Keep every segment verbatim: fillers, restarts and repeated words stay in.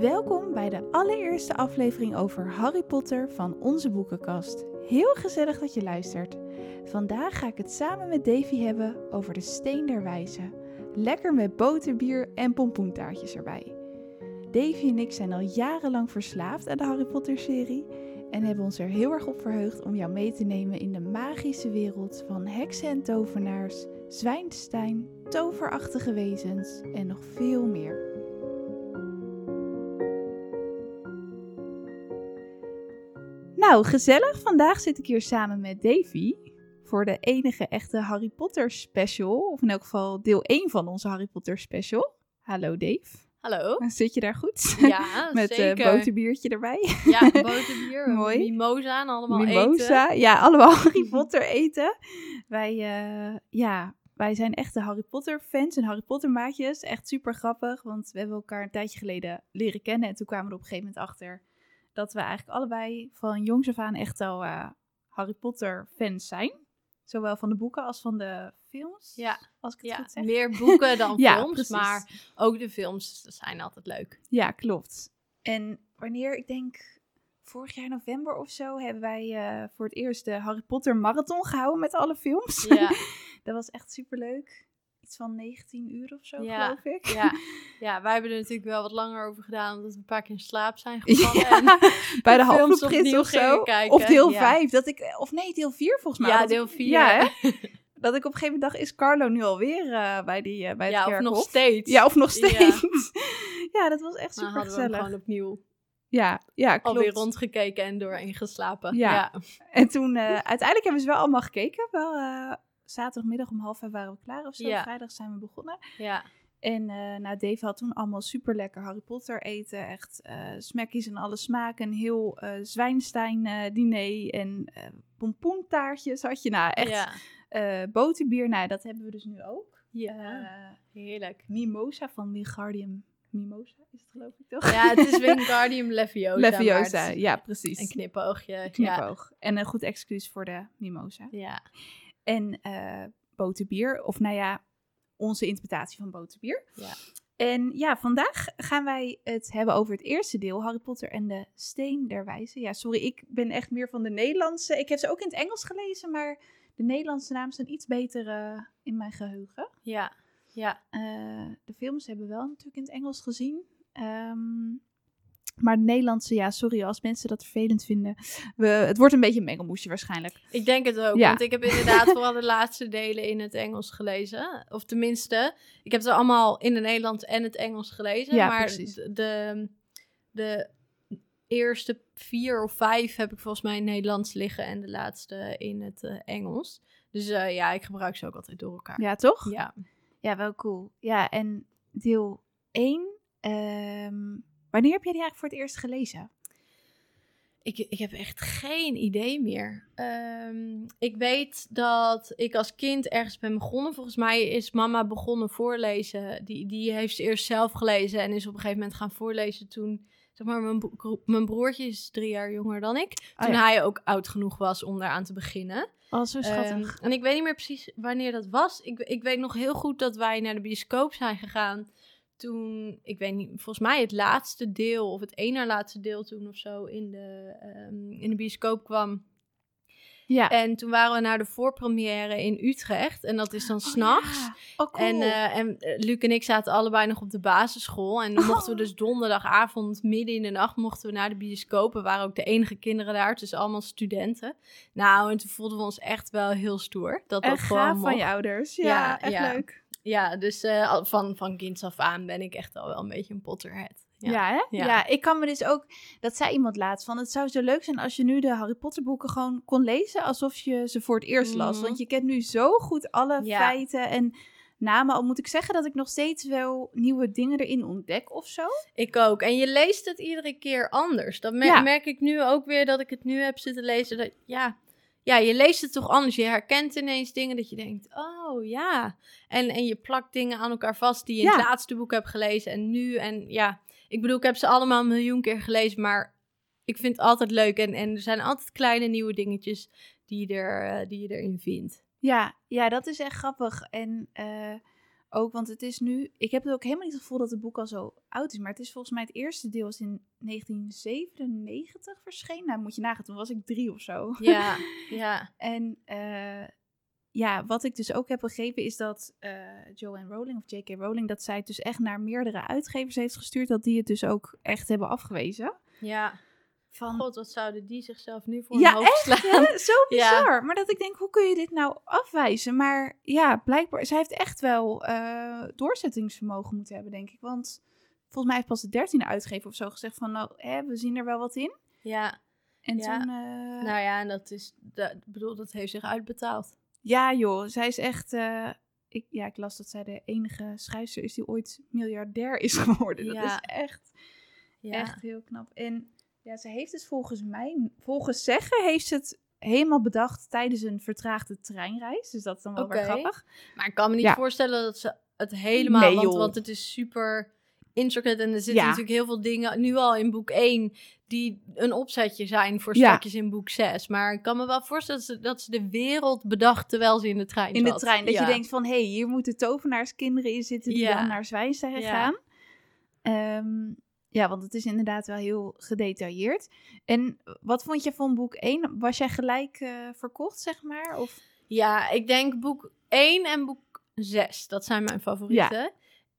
Welkom bij de allereerste aflevering over Harry Potter van onze boekenkast. Heel gezellig dat je luistert. Vandaag ga ik het samen met Davy hebben over de Steen der Wijzen. Lekker met boterbier en pompoentaartjes erbij. Davy en ik zijn al jarenlang verslaafd aan de Harry Potter serie en hebben ons er heel erg op verheugd om jou mee te nemen in de magische wereld van heksen en tovenaars, zwijnstein, toverachtige wezens en nog veel meer. Nou, gezellig. Vandaag zit ik hier samen met Davy voor de enige echte Harry Potter special. Of in elk geval deel één van onze Harry Potter special. Hallo Dave. Hallo. Zit je daar goed? Ja, met zeker. Met uh, boterbiertje erbij. Ja, boterbier. Mooi. Mimosa en allemaal Mimosa. eten. Ja, allemaal Harry Potter eten. Wij, uh, ja, wij zijn echte Harry Potter fans en Harry Potter maatjes. Echt super grappig, want we hebben elkaar een tijdje geleden leren kennen. En toen kwamen we er op een gegeven moment achter dat we eigenlijk allebei van jongs af aan echt al uh, Harry Potter fans zijn. Zowel van de boeken als van de films. Ja, als ik het ja, goed zeg. meer boeken dan ja, films, precies. Maar ook de films zijn altijd leuk. Ja, klopt. En wanneer, ik denk vorig jaar november of zo, hebben wij uh, voor het eerst de Harry Potter marathon gehouden met alle films. Ja. Dat was echt superleuk. Iets van negentien uur of zo, ja, geloof ik. Ja. ja, wij hebben er natuurlijk wel wat langer over gedaan, omdat we een paar keer in slaap zijn gevallen. Ja, en bij de, de Half-Bloed of zo. Kijken. Of deel ja. vijf. Dat ik, of nee, deel vier volgens mij. Ja, dat deel ik, vier. Ja, hè? Dat ik op een gegeven moment dacht, is Carlo nu alweer uh, bij, die, uh, bij het ja, kerkhof? Ja, of nog steeds. Ja, of nog steeds. Ja, ja dat was echt nou, super gezellig. hadden we hem gewoon opnieuw. Ja, ja, klopt. Alweer rondgekeken en doorheen geslapen. Ja. ja. En toen, uh, uiteindelijk hebben ze wel allemaal gekeken. Wel, uh, zaterdagmiddag om half vijf waren we klaar of zo. Ja. Vrijdag zijn we begonnen. Ja. En uh, nou, Dave had toen allemaal super lekker Harry Potter eten. Echt uh, smackies en alle smaken. Een heel uh, Zwijnstein uh, diner. En uh, pompoentaartjes had je. Nou, echt ja. uh, boterbier. Nou, dat hebben we dus nu ook. Ja, uh, heerlijk. Mimosa van Wingardium Mimosa is het, geloof ik toch? Ja, het is Wingardium Leviosa. Leviosa, ja, precies. Een knipoogje. Knipoog. Ja. En een goed excuus voor de Mimosa. Ja. En uh, boterbier, of nou ja, onze interpretatie van boterbier. Ja. En ja, vandaag gaan wij het hebben over het eerste deel, Harry Potter en de Steen der Wijzen. Ja, sorry, ik ben echt meer van de Nederlandse. Ik heb ze ook in het Engels gelezen, maar de Nederlandse namen zijn iets beter uh, in mijn geheugen. Ja, ja. Uh, de films hebben we wel natuurlijk in het Engels gezien. Um, Maar de Nederlandse, ja, sorry als mensen dat vervelend vinden. We, het wordt een beetje een mengelmoesje waarschijnlijk. Ik denk het ook, ja. Want ik heb inderdaad vooral de laatste delen in het Engels gelezen. Of tenminste, ik heb ze allemaal in het Nederlands en het Engels gelezen. Ja, maar precies. de, de eerste vier of vijf heb ik volgens mij in het Nederlands liggen en de laatste in het uh, Engels. Dus uh, ja, ik gebruik ze ook altijd door elkaar. Ja, toch? Ja. Ja, wel cool. Ja, en deel één... Um... Wanneer heb jij die eigenlijk voor het eerst gelezen? Ik, ik heb echt geen idee meer. Um, ik weet dat ik als kind ergens ben begonnen. Volgens mij is mama begonnen voorlezen. Die, die heeft ze eerst zelf gelezen en is op een gegeven moment gaan voorlezen toen... Zeg maar, mijn, bro- mijn broertje is drie jaar jonger dan ik. Toen oh ja. hij ook oud genoeg was om daaraan te beginnen. Oh, zo schattig. Um, en ik weet niet meer precies wanneer dat was. Ik, ik weet nog heel goed dat wij naar de bioscoop zijn gegaan... Toen, ik weet niet, volgens mij het laatste deel, of het één na laatste deel toen of zo in de, um, in de bioscoop kwam. Ja. En toen waren we naar de voorpremière in Utrecht. En dat is dan 's nachts. Oh, ja. Oh, cool. En, uh, en Luc en ik zaten allebei nog op de basisschool. En dan mochten we dus donderdagavond, midden in de nacht, mochten we naar de bioscoop. We waren ook de enige kinderen daar, dus allemaal studenten. Nou, en toen voelden we ons echt wel heel stoer. Dat dat en gewoon gaaf mocht. van je ouders. Ja, ja echt ja. leuk. Ja, dus uh, van, van kinds af aan ben ik echt al wel een beetje een Potterhead. Ja, ja, hè? Ja. ja, ik kan me dus ook... Dat zei iemand laatst van... Het zou zo leuk zijn als je nu de Harry Potter boeken gewoon kon lezen... alsof je ze voor het eerst las. Mm. Want je kent nu zo goed alle ja. feiten en namen. Al moet ik zeggen dat ik nog steeds wel nieuwe dingen erin ontdek of zo. Ik ook. En je leest het iedere keer anders. Dat mer- ja. merk ik nu ook weer dat ik het nu heb zitten lezen. Dat, ja... Ja, je leest het toch anders. Je herkent ineens dingen dat je denkt, oh ja. En, en je plakt dingen aan elkaar vast die je ja. in het laatste boek hebt gelezen. En nu, en ja, ik bedoel, ik heb ze allemaal een miljoen keer gelezen. Maar ik vind het altijd leuk. En, en er zijn altijd kleine nieuwe dingetjes die je, er, uh, die je erin vindt. Ja, ja, dat is echt grappig. En uh, ook, want het is nu... Ik heb het ook helemaal niet het gevoel dat het boek al zo oud is. Maar het is volgens mij het eerste deel is in negentien zevenennegentig verschenen. Nou, moet je nagaan, toen was ik drie of zo. Ja, ja. En uh, ja, wat ik dus ook heb begrepen is dat uh, Joanne Rowling of J K Rowling... dat zij het dus echt naar meerdere uitgevers heeft gestuurd. Dat die het dus ook echt hebben afgewezen. Ja. Van... God, wat zouden die zichzelf nu voor ja, hun hoofd echt, slaan? Hè? Zo bizar. Ja. Maar dat ik denk, hoe kun je dit nou afwijzen? Maar ja, blijkbaar, zij heeft echt wel uh, doorzettingsvermogen moeten hebben, denk ik. Want volgens mij heeft pas de dertiende uitgever of zo gezegd van, nou, hè, we zien er wel wat in. Ja. En ja. toen... Uh... Nou ja, en dat is, dat, ik bedoel, dat heeft zich uitbetaald. Ja joh, zij is echt... Uh, ik, ja, ik las dat zij de enige schrijfster is die ooit miljardair is geworden. Dat ja. is echt, ja. echt heel knap. En... Ja, ze heeft het volgens mij, volgens zeggen, heeft ze het helemaal bedacht tijdens een vertraagde treinreis. Dus dat is dan wel okay. weer grappig. Maar ik kan me niet ja. voorstellen dat ze het helemaal... Nee, want, want het is super intricate en er zitten ja. natuurlijk heel veel dingen, nu al in boek één, die een opzetje zijn voor stukjes ja. in boek zes. Maar ik kan me wel voorstellen dat ze, dat ze de wereld bedacht terwijl ze in de trein In zat. de trein, dat ja. je denkt van, hé, hey, hier moeten tovenaarskinderen in zitten die ja. dan naar Zwijnstein ja. gaan. Um, Ja, want het is inderdaad wel heel gedetailleerd. En wat vond je van boek één? Was jij gelijk uh, verkocht, zeg maar? Of? Ja, ik denk boek één en boek zes. Dat zijn mijn favorieten. Ja.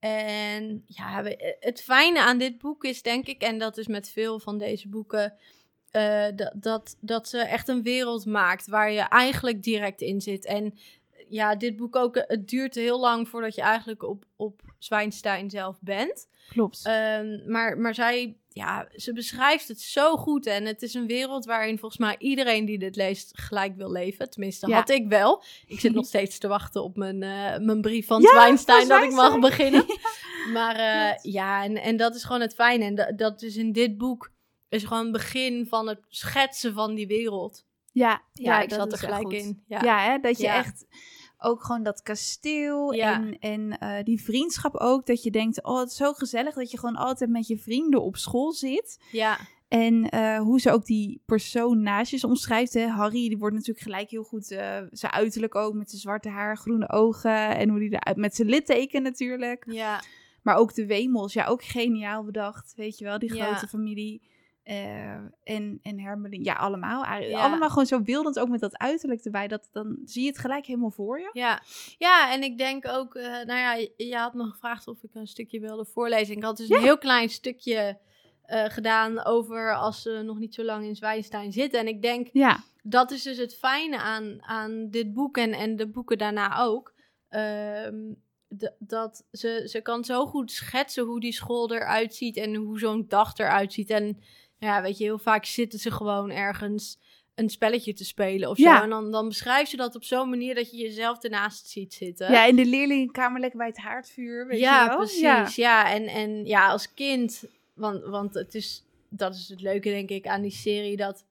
En ja, het fijne aan dit boek is, denk ik, en dat is met veel van deze boeken, uh, dat, dat, dat ze echt een wereld maakt waar je eigenlijk direct in zit. En ja, dit boek ook, het duurt heel lang voordat je eigenlijk op, op Zwijnstein zelf bent. Klopt. Um, maar, maar zij, ja, ze beschrijft het zo goed. En het is een wereld waarin volgens mij iedereen die dit leest gelijk wil leven. Tenminste, ja. had ik wel. Ik zit nog steeds te wachten op mijn, uh, mijn brief van ja, Zwijnstein dat ik mag beginnen. Ja. Maar uh, ja, en, en dat is gewoon het fijne. En dat, dat is in dit boek is gewoon het begin van het schetsen van die wereld. Ja, ja, ja ik zat er gelijk in. Ja, ja hè, dat je ja. echt... Ook gewoon dat kasteel ja. en, en uh, die vriendschap ook. Dat je denkt, oh, het is zo gezellig dat je gewoon altijd met je vrienden op school zit. Ja. En uh, hoe ze ook die personages omschrijft. Hè. Harry, die wordt natuurlijk gelijk heel goed, uh, zijn uiterlijk ook. Met zijn zwarte haar, groene ogen. En hoe die eruit, met zijn litteken natuurlijk. Ja. Maar ook de Wemels, ja, ook geniaal bedacht. Weet je wel, die ja. grote familie. Uh, en, en Hermelien, ja, allemaal. Ja. Allemaal gewoon zo beeldend, ook met dat uiterlijk erbij. Dat, dan zie je het gelijk helemaal voor je. Ja, ja en ik denk ook, uh, nou ja, je, je had me gevraagd of ik een stukje wilde voorlezen. Ik had dus ja. een heel klein stukje uh, gedaan over als ze nog niet zo lang in Zwijnstein zitten. En ik denk, ja. dat is dus het fijne aan, aan dit boek en, en de boeken daarna ook. Uh, d- dat ze, ze kan zo goed schetsen hoe die school eruit ziet en hoe zo'n dag eruit ziet. En ja, weet je, heel vaak zitten ze gewoon ergens een spelletje te spelen of ja. zo. En dan, dan beschrijft ze dat op zo'n manier dat je jezelf ernaast ziet zitten. Ja, in de leerlingenkamer lekker bij het haardvuur, weet ja, je wel? Precies, ja, precies. Ja, en, en ja, als kind, want, want het is, dat is het leuke, denk ik, aan die serie, dat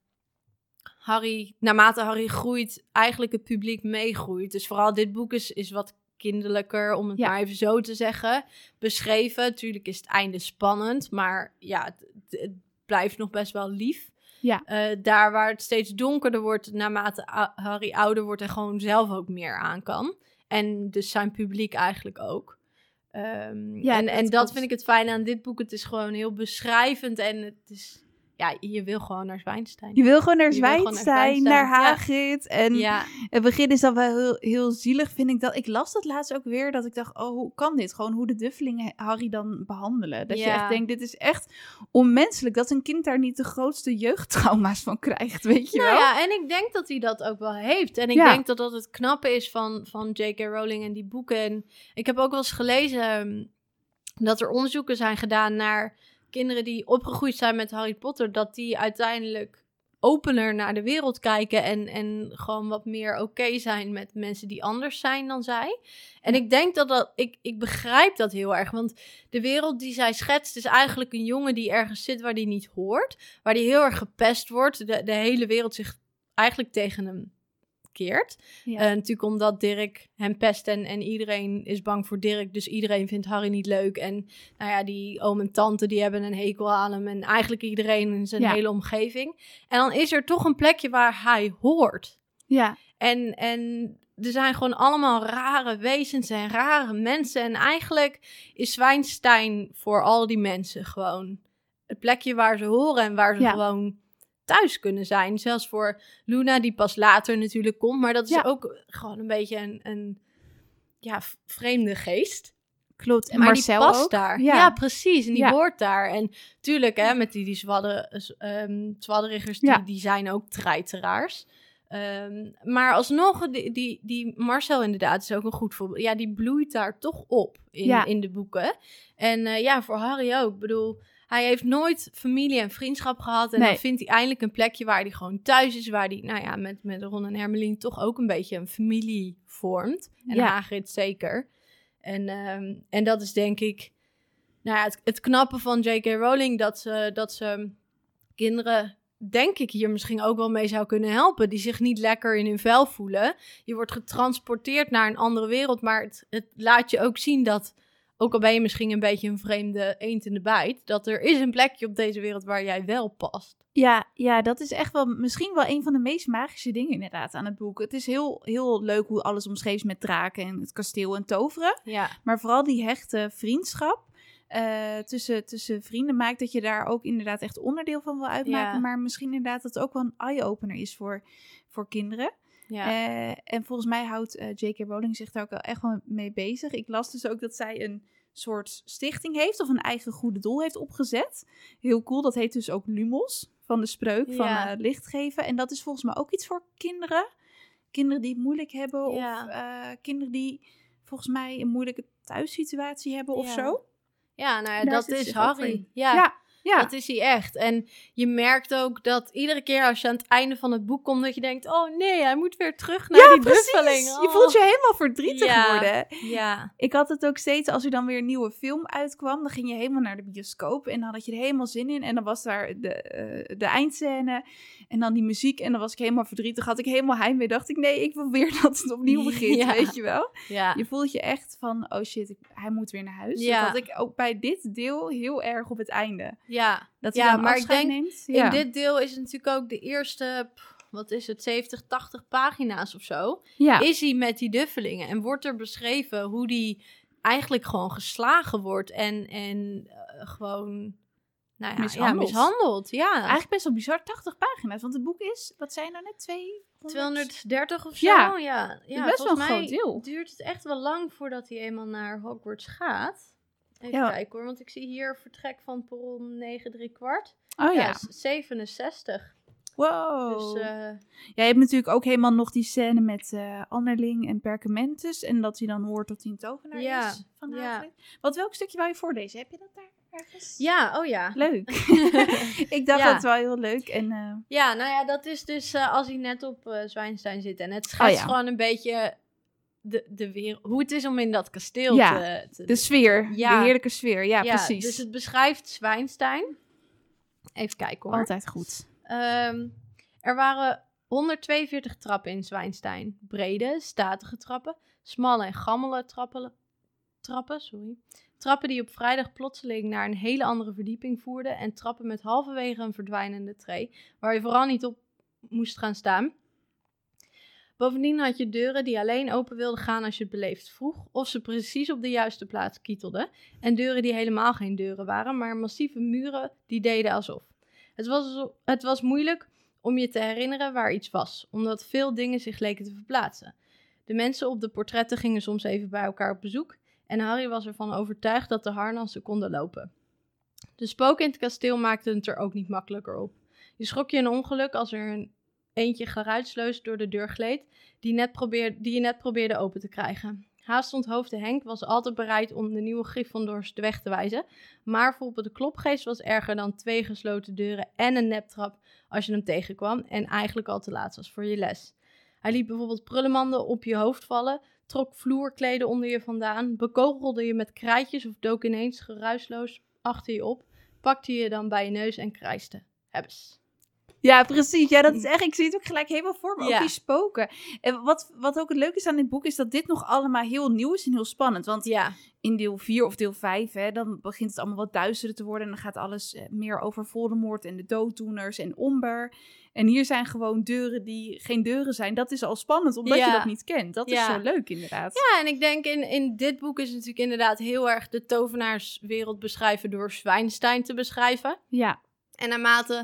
Harry, naarmate Harry groeit, eigenlijk het publiek meegroeit. Dus vooral dit boek is, is wat kinderlijker, om het ja. maar even zo te zeggen, beschreven. Tuurlijk is het einde spannend, maar ja, het, het blijft nog best wel lief. Ja. Uh, daar waar het steeds donkerder wordt, naarmate a- Harry ouder wordt en gewoon zelf ook meer aan kan. En dus zijn publiek eigenlijk ook. Um, ja, en dat, en dat vind ik het fijn aan dit boek. Het is gewoon heel beschrijvend en het is... Ja, je wil gewoon naar Zwijnstein. Je wil gewoon naar Zwijnstein, naar, naar Hagrid. Ja. En ja. het begin is dan wel heel, heel zielig, vind ik dat. Ik las dat laatst ook weer, dat ik dacht, oh, hoe kan dit? Gewoon hoe de duffelingen Harry dan behandelen. Dat ja. je echt denkt, dit is echt onmenselijk. Dat een kind daar niet de grootste jeugdtrauma's van krijgt, weet je nou wel? Ja, en ik denk dat hij dat ook wel heeft. En ik ja. denk dat dat het knappe is van, van J K Rowling en die boeken. En ik heb ook wel eens gelezen dat er onderzoeken zijn gedaan naar kinderen die opgegroeid zijn met Harry Potter, dat die uiteindelijk opener naar de wereld kijken en, en gewoon wat meer oké okay zijn met mensen die anders zijn dan zij. En ik denk dat dat, ik, ik begrijp dat heel erg, want de wereld die zij schetst is eigenlijk een jongen die ergens zit waar die niet hoort, waar die heel erg gepest wordt, de, de hele wereld zich eigenlijk tegen hem keert. Ja. Uh, natuurlijk omdat Dirk hem pest en, en iedereen is bang voor Dirk, dus iedereen vindt Harry niet leuk. En nou ja, die oom en tante die hebben een hekel aan hem en eigenlijk iedereen in zijn ja. hele omgeving. En dan is er toch een plekje waar hij hoort. Ja. En, en er zijn gewoon allemaal rare wezens en rare mensen. En eigenlijk is Zwijnstein voor al die mensen gewoon het plekje waar ze horen en waar ze ja. gewoon thuis kunnen zijn. Zelfs voor Luna, die pas later natuurlijk komt. Maar dat is ja. ook gewoon een beetje een, een ja, vreemde geest. Klopt. En maar Marcel die past ook. daar. Ja. ja, precies. En die ja. hoort daar. En tuurlijk, hè, met die, die zwadder, um, zwadderigers, die, ja. die zijn ook treiteraars. Um, maar alsnog, die, die, die Marcel inderdaad is ook een goed voorbeeld. Ja, die bloeit daar toch op in, ja. in de boeken. En uh, ja, voor Harry ook. Ik bedoel, hij heeft nooit familie en vriendschap gehad. En nee. dan vindt hij eindelijk een plekje waar hij gewoon thuis is. Waar hij, nou ja, met, met Ron en Hermeline toch ook een beetje een familie vormt. En ja. Hagrid zeker. En, um, en dat is denk ik, nou ja, het, het knappe van J K. Rowling. Dat ze, dat ze kinderen, denk ik, hier misschien ook wel mee zou kunnen helpen. Die zich niet lekker in hun vel voelen. Je wordt getransporteerd naar een andere wereld. Maar het, het laat je ook zien dat, ook al ben je misschien een beetje een vreemde eend in de bijt, dat er is een plekje op deze wereld waar jij wel past. Ja, ja, dat is echt wel misschien wel een van de meest magische dingen inderdaad aan het boek. Het is heel, heel leuk hoe alles omschreven is met draken en het kasteel en toveren. Ja. Maar vooral die hechte vriendschap uh, tussen, tussen vrienden maakt dat je daar ook inderdaad echt onderdeel van wil uitmaken. Ja. Maar misschien inderdaad dat het ook wel een eye-opener is voor, voor kinderen. Ja. Uh, en volgens mij houdt uh, J K. Rowling zich daar ook wel echt wel mee bezig. Ik las dus ook dat zij een soort stichting heeft of een eigen goede doel heeft opgezet. Heel cool, dat heet dus ook Lumos, van de spreuk ja. van uh, licht geven. En dat is volgens mij ook iets voor kinderen. Kinderen die het moeilijk hebben ja. of uh, kinderen die volgens mij een moeilijke thuissituatie hebben of ja. zo. Ja, nou ja, dat is Harry. Ja. ja. Ja. Dat is hij echt. En je merkt ook dat iedere keer als je aan het einde van het boek komt, dat je denkt, oh nee, hij moet weer terug naar ja, die precies. duffeling. Oh. Je voelt je helemaal verdrietig ja. worden. Ja. Ik had het ook steeds, als er dan weer een nieuwe film uitkwam, dan ging je helemaal naar de bioscoop en dan had je er helemaal zin in. En dan was daar de, uh, de eindscène en dan die muziek en dan was ik helemaal verdrietig. Had ik helemaal heimwee, dacht ik, nee, ik wil weer dat het opnieuw begint, ja. weet je wel. Ja. Je voelt je echt van, oh shit, ik, hij moet weer naar huis. Ja. Dat had ik ook bij dit deel heel erg op het einde. Ja, dat ja maar ik denk, neemt. in ja. dit deel is het natuurlijk ook de eerste, pff, wat is het, zeventig, tachtig pagina's of zo. Ja. Is hij met die duffelingen en wordt er beschreven hoe die eigenlijk gewoon geslagen wordt en, en uh, gewoon, nou ja, mishandeld. Ja, mishandeld. Ja. Eigenlijk best wel bizar, tachtig pagina's, want het boek is, wat zijn nou net, tweehonderd? tweehonderddertig of zo. Ja, ja. ja best wel een mij groot deel. Duurt het echt wel lang voordat hij eenmaal naar Hogwarts gaat. Even ja. kijken hoor, want ik zie hier vertrek van perron negen drie kwart. Oh ja. ja zevenenzestig. Wow. Dus, uh... ja, je hebt natuurlijk ook helemaal nog die scène met uh, Annerling en Perkamentus. En dat hij dan hoort dat hij een tovenaar ja. is van Hagrid. Ja. Wat, welk stukje wou je voorlezen? Heb je dat daar ergens? Ja, oh ja. Leuk. Ik dacht ja. dat wel heel leuk. En, uh... ja, nou ja, dat is dus uh, als hij net op uh, Zwijnstein zit. En het schetst oh, ja. gewoon een beetje de, de wereld, hoe het is om in dat kasteel ja, te, te... de sfeer. Ja. De heerlijke sfeer. Ja, ja, precies. Dus het beschrijft Zwijnstein. Even kijken hoor. Altijd goed. Um, er waren honderdtweeënveertig trappen in Zwijnstein. Brede, statige trappen. Smalle en gammele trappen. Trappen, sorry. Trappen die op vrijdag plotseling naar een hele andere verdieping voerden. En trappen met halverwege een verdwijnende tree. Waar je vooral niet op moest gaan staan. Bovendien had je deuren die alleen open wilden gaan als je het beleefd vroeg. Of ze precies op de juiste plaats kietelden. En deuren die helemaal geen deuren waren. Maar massieve muren die deden alsof. Het was, het was moeilijk om je te herinneren waar iets was. Omdat veel dingen zich leken te verplaatsen. De mensen op de portretten gingen soms even bij elkaar op bezoek. En Harry was ervan overtuigd dat de harnassen konden lopen. De spoken in het kasteel maakten het er ook niet makkelijker op. Je schrok je een ongeluk als er een eentje geruisloos door de deur gleed, die, net probeerde, die je net probeerde open te krijgen. Haast onthoofde Henk was altijd bereid om de nieuwe Gryffindors de weg te wijzen, maar bijvoorbeeld de klopgeest was erger dan twee gesloten deuren en een neptrap als je hem tegenkwam en eigenlijk al te laat was voor je les. Hij liet bijvoorbeeld prullenmanden op je hoofd vallen, trok vloerkleden onder je vandaan, bekogelde je met krijtjes of dook ineens geruisloos achter je op, pakte je dan bij je neus en krijste. Hebbes. Ja, precies. Ja, dat is echt, ik zie het ook gelijk helemaal voor me. Ook Ja. die spoken. En wat, wat ook het leuke is aan dit boek, is dat dit nog allemaal heel nieuw is en heel spannend. Want Ja. in deel vier of deel vijf, hè, dan begint het allemaal wat duisterder te worden. En dan gaat alles eh, meer over Voldemort en de dooddoeners en Omber. En hier zijn gewoon deuren die geen deuren zijn. Dat is al spannend, omdat Ja. je dat niet kent. Dat is Ja. zo leuk, inderdaad. Ja, en ik denk in, in dit boek is het natuurlijk inderdaad heel erg de tovenaarswereld beschrijven door Zwijnstein te beschrijven. Ja. En naarmate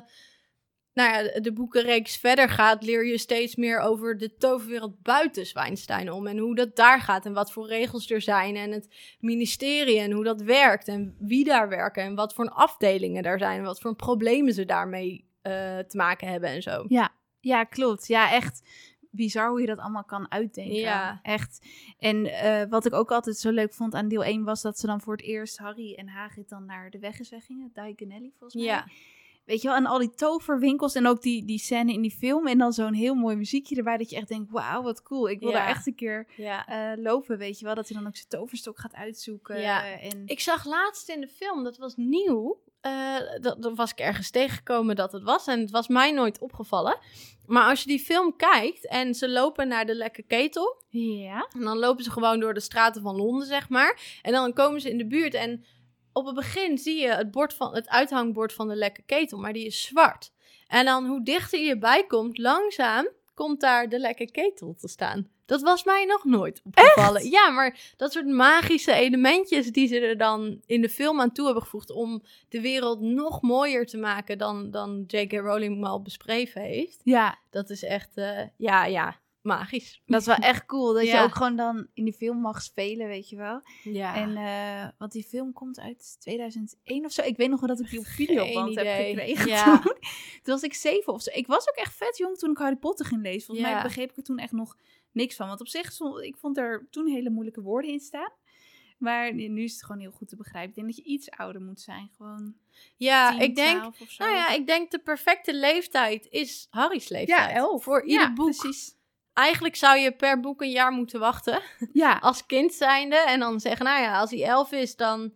nou ja, de boekenreeks verder gaat, leer je steeds meer over de toverwereld buiten Zwijnstein om. En hoe dat daar gaat en wat voor regels er zijn. En het ministerie en hoe dat werkt. En wie daar werken en wat voor afdelingen daar zijn. En wat voor problemen ze daarmee uh, te maken hebben en zo. Ja, ja, klopt. Ja, echt bizar hoe je dat allemaal kan uitdenken. Ja. Echt. En uh, wat ik ook altijd zo leuk vond aan deel één was dat ze dan voor het eerst Harry en Hagrid dan naar de Weggeзвeg gingen. Diagon Alley volgens mij. Ja. Weet je wel, en al die toverwinkels en ook die, die scène in die film. En dan zo'n heel mooi muziekje erbij dat je echt denkt, wauw, wat cool. Ik wil ja. daar echt een keer ja. uh, lopen, weet je wel. Dat hij dan ook zijn toverstok gaat uitzoeken. Ja. En... Ik zag laatst in de film, dat was nieuw. Uh, dat, dat was ik ergens tegengekomen dat het was. En het was mij nooit opgevallen. Maar als je die film kijkt en ze lopen naar de Lekke Ketel. Ja. En dan lopen ze gewoon door de straten van Londen, zeg maar. En dan komen ze in de buurt en op het begin zie je het, bord van, het uithangbord van de Lekke Ketel, maar die is zwart. En dan hoe dichter je erbij komt, langzaam komt daar de Lekke Ketel te staan. Dat was mij nog nooit opgevallen. Echt? Ja, maar dat soort magische elementjes die ze er dan in de film aan toe hebben gevoegd om de wereld nog mooier te maken dan, dan J K Rowling al beschreven heeft. Ja. Dat is echt, uh, ja, ja, magisch. Dat is wel echt cool, dat Ja. je ook gewoon dan in die film mag spelen, weet je wel. Ja. En uh, want die film komt uit tweeduizend één of zo. Ik weet nog wel dat ik die op videoband heb gekregen ja. toen. Toen was ik zeven of zo. Ik was ook echt vet jong toen ik Harry Potter ging lezen. Volgens ja. mij begreep ik er toen echt nog niks van. Want op zich, stond, ik vond er toen hele moeilijke woorden in staan. Maar nu is het gewoon heel goed te begrijpen. Ik denk dat je iets ouder moet zijn. Gewoon ja, tien, ik denk, twaalf of zo. nou ja, ik denk de perfecte leeftijd is Harry's leeftijd. Ja, elf. Voor ieder ja, boek. Precies. Eigenlijk zou je per boek een jaar moeten wachten. Ja. Als kind zijnde. En dan zeggen, nou ja, als hij elf is, dan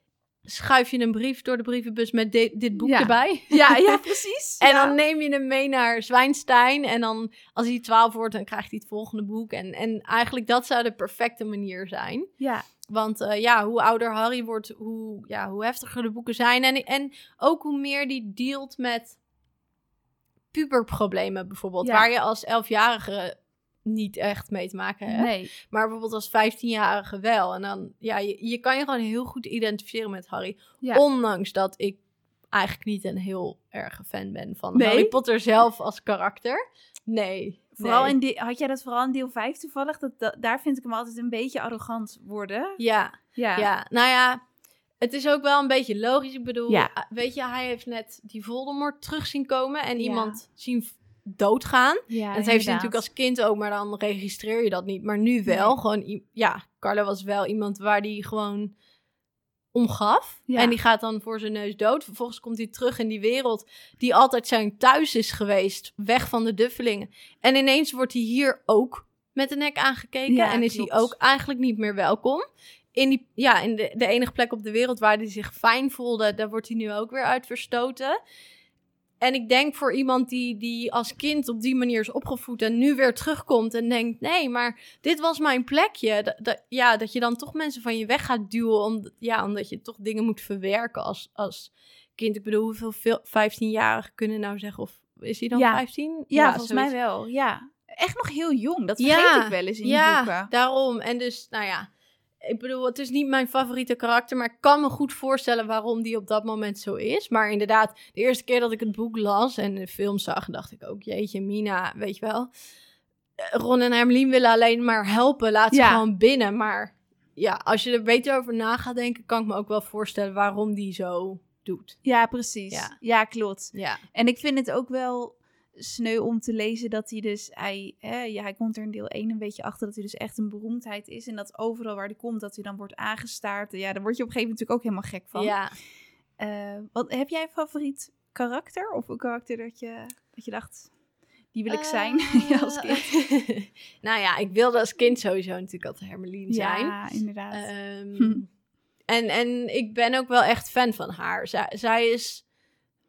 schuif je een brief door de brievenbus met de, dit boek ja. erbij. Ja, ja, precies. En ja. dan neem je hem mee naar Zwijnstein. En dan, als hij twaalf wordt, dan krijgt hij het volgende boek. En, en eigenlijk dat zou de perfecte manier zijn. Ja. Want uh, ja, hoe ouder Harry wordt, hoe, ja, hoe heftiger de boeken zijn. En, en ook hoe meer die dealt met puberproblemen bijvoorbeeld. Ja. Waar je als elfjarige niet echt mee te maken hebt. Nee. Maar bijvoorbeeld als vijftienjarige wel. En dan, ja, je, je kan je gewoon heel goed identificeren met Harry. Ja. Ondanks dat ik eigenlijk niet een heel erge fan ben van Nee? Harry Potter zelf als karakter. Nee. Vooral nee. in die, had jij dat vooral in deel vijf toevallig? Dat, dat, daar vind ik hem altijd een beetje arrogant worden. Ja, Ja. ja. Nou ja, het is ook wel een beetje logisch. Ik bedoel, Ja. weet je, hij heeft net die Voldemort terug zien komen en Ja. iemand zien doodgaan. Ja, en dat heeft hij natuurlijk als kind ook, maar dan registreer je dat niet. Maar nu wel, Nee. gewoon, i- ja, Carlo was wel iemand waar die gewoon omgaf. Ja. En die gaat dan voor zijn neus dood. Vervolgens komt hij terug in die wereld die altijd zijn thuis is geweest. Weg van de Duffelingen. En ineens wordt hij hier ook met de nek aangekeken. Ja, en is klopt. hij ook eigenlijk niet meer welkom. In, die, ja, in de, de enige plek op de wereld waar hij zich fijn voelde, daar wordt hij nu ook weer uit verstoten. En ik denk voor iemand die, die als kind op die manier is opgevoed en nu weer terugkomt en denkt, nee, maar dit was mijn plekje. Dat, dat, ja, dat je dan toch mensen van je weg gaat duwen, om, ja, omdat je toch dingen moet verwerken als, als kind. Ik bedoel, hoeveel veel, vijftienjarigen kunnen nou zeggen, of is hij dan Ja. vijftien? Ja, Ja, volgens zoiets. mij wel. Ja. Echt nog heel jong. Dat vergeet Ja, ik wel eens in ja, die boeken. daarom. En dus, nou ja, ik bedoel, het is niet mijn favoriete karakter, maar ik kan me goed voorstellen waarom die op dat moment zo is. Maar inderdaad, de eerste keer dat ik het boek las en de film zag, dacht ik ook, jeetje, Mina, weet je wel. Ron en Hermeline willen alleen maar helpen, laat ze Ja. gewoon binnen. Maar ja, als je er beter over na gaat denken, kan ik me ook wel voorstellen waarom die zo doet. Ja, precies. Ja. Ja, klopt. Ja, En ik vind het ook wel sneu om te lezen dat hij dus... Hij, hè, ja, hij komt er in deel één een beetje achter dat hij dus echt een beroemdheid is. En dat overal waar hij komt, dat hij dan wordt aangestaard. Ja, daar word je op een gegeven moment natuurlijk ook helemaal gek van. ja. Uh, wat, heb jij een favoriet karakter? Of een karakter dat je, dat je dacht, die wil ik zijn Uh, als kind? nou ja, ik wilde als kind sowieso natuurlijk altijd Hermeline zijn. Ja, inderdaad. Um, Hm. en, en ik ben ook wel echt fan van haar. Zij, zij is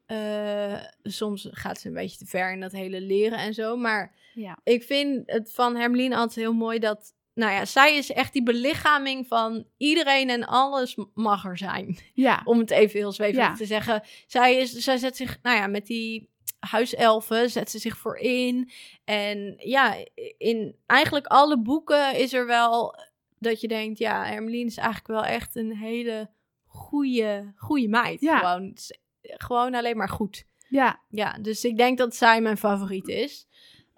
Uh, soms gaat ze een beetje te ver in dat hele leren en zo. Maar ja. ik vind het van Hermeline altijd heel mooi dat... Nou ja, zij is echt die belichaming van iedereen en alles mag er zijn. Ja. Om het even heel zweverig ja. te zeggen. Zij, is, zij zet zich, nou ja, met die huiselfen zet ze zich voor in. En ja, in eigenlijk alle boeken is er wel dat je denkt... Ja, Hermeline is eigenlijk wel echt een hele goede, goede meid. Ja. Gewoon, gewoon alleen maar goed. Ja. Ja, dus ik denk dat zij mijn favoriet is.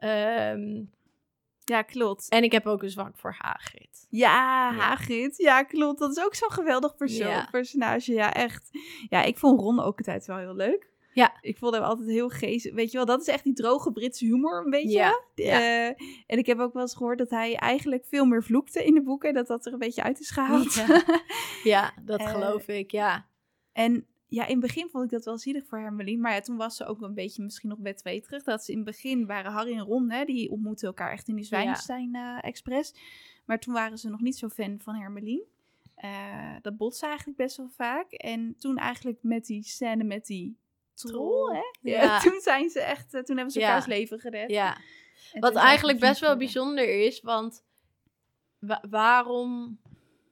Um, Ja, klopt. En ik heb ook een zwak voor Hagrid. Ja, Hagrid. Ja, klopt. Dat is ook zo'n geweldig perso- ja. personage. Ja, echt. Ja, ik vond Ron ook altijd wel heel leuk. Ja. Ik vond hem altijd heel geestig. Weet je wel, dat is echt die droge Britse humor een beetje. Ja. ja. Uh, en ik heb ook wel eens gehoord dat hij eigenlijk veel meer vloekte in de boeken. Dat dat er een beetje uit is gehaald. Ja, ja dat uh, geloof ik, ja. En... Ja, in het begin vond ik dat wel zielig voor Hermeline. Maar ja, toen was ze ook een beetje misschien nog bedweterig. Dat ze in het begin waren Harry en Ron, hè, die ontmoetten elkaar echt in die Zwijnstein uh, Express. Maar toen waren ze nog niet zo fan van Hermeline. Uh, dat botste eigenlijk best wel vaak. En toen eigenlijk met die scène met die troll, hè? Ja. Ja, toen zijn ze echt, uh, toen hebben ze elkaars ja. leven gered. Ja. Wat eigenlijk best wel bijzonder is, want wa- waarom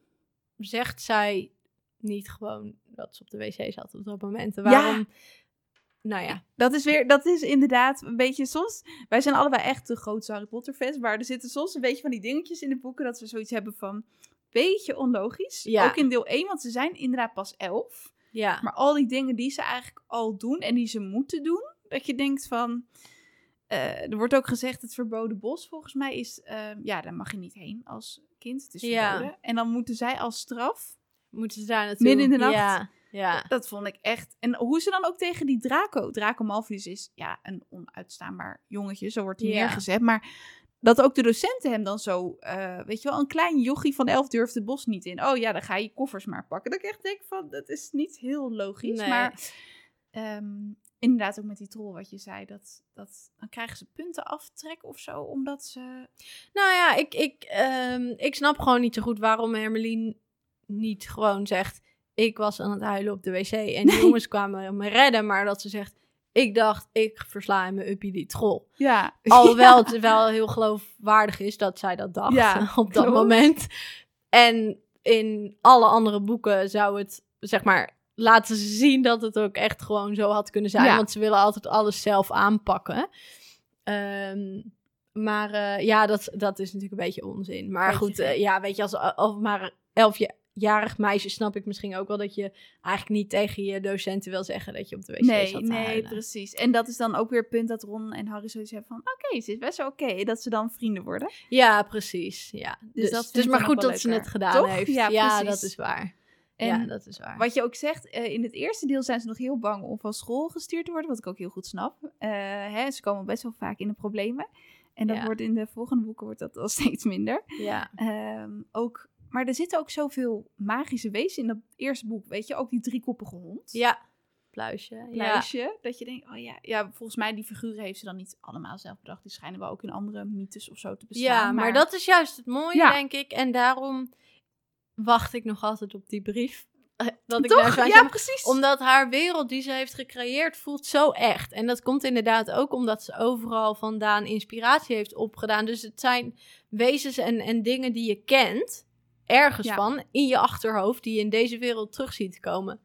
zegt zij niet gewoon dat ze op de wc zat op dat moment? En waarom... Ja. Nou ja. Dat is weer, dat is inderdaad een beetje soms... Wij zijn allebei echt de grootste Harry Potter fans, maar er zitten soms een beetje van die dingetjes in de boeken dat we zoiets hebben van... Beetje onlogisch. Ja. Ook in deel één, want ze zijn inderdaad pas elf. Ja. Maar al die dingen die ze eigenlijk al doen en die ze moeten doen, dat je denkt van... Uh, er wordt ook gezegd, het verboden bos volgens mij is... Uh, ja, daar mag je niet heen als kind. Het is verboden. Ja. En dan moeten zij als straf... Moeten ze daar naartoe. Midden in de nacht. Ja, ja. Dat, dat vond ik echt... En hoe ze dan ook tegen die Draco... Draco Malfoy is ja, een onuitstaanbaar jongetje. Zo wordt hij ja. neergezet. Maar dat ook de docenten hem dan zo... Uh, weet je wel, een klein jochie van elf durft het bos niet in. Oh ja, dan ga je je koffers maar pakken. Dat ik echt denk van... Dat is niet heel logisch. Nee. Maar... Um, inderdaad ook met die troll wat je zei. Dat, dat, dan krijgen ze punten aftrek of zo. Omdat ze... Nou ja, ik, ik, um, ik snap gewoon niet zo goed waarom Hermeline... niet gewoon zegt, ik was aan het huilen op de wc en die nee. jongens kwamen me redden, maar dat ze zegt, ik dacht, ik versla in mijn uppie die troll. Ja. Alhoewel ja. het wel heel geloofwaardig is dat zij dat dacht ja, op dat klopt. moment. En in alle andere boeken zou het, zeg maar, laten ze zien dat het ook echt gewoon zo had kunnen zijn, ja. want ze willen altijd alles zelf aanpakken. Um, maar uh, ja, dat, dat is natuurlijk een beetje onzin. Maar weet goed, uh, ja, weet je, als, als maar elf jaar jarig meisje snap ik misschien ook wel dat je eigenlijk niet tegen je docenten wil zeggen dat je op de wc nee, zat te Nee, huilen. precies. En dat is dan ook weer het punt dat Ron en Harry zoiets hebben van... Oké, okay, het is best wel oké okay, dat ze dan vrienden worden. Ja, precies. Ja. Dus, dus, dat dus maar goed dat ze het gedaan Toch? heeft. Ja, ja dat is waar. En ja, dat is waar. Wat je ook zegt, uh, in het eerste deel zijn ze nog heel bang om van school gestuurd te worden. Wat ik ook heel goed snap. Uh, hè, ze komen best wel vaak in de problemen. En dat ja. wordt in de volgende boeken wordt dat al steeds minder. Ja. Um, ook... Maar er zitten ook zoveel magische wezens in dat eerste boek. Weet je, ook die driekoppige hond. Ja, Pluisje. Pluisje. Ja. Dat je denkt, oh ja, ja, volgens mij die figuren heeft ze dan niet allemaal zelf bedacht. Die schijnen wel ook in andere mythes of zo te bestaan. Ja, maar, maar dat is juist het mooie, ja. denk ik. En daarom wacht ik nog altijd op die brief. Dat ik Toch? daar zou ja, zeggen, precies. Omdat haar wereld die ze heeft gecreëerd voelt zo echt. En dat komt inderdaad ook omdat ze overal vandaan inspiratie heeft opgedaan. Dus het zijn wezens en, en dingen die je kent... ergens ja. van, in je achterhoofd, die je in deze wereld terug ziet komen.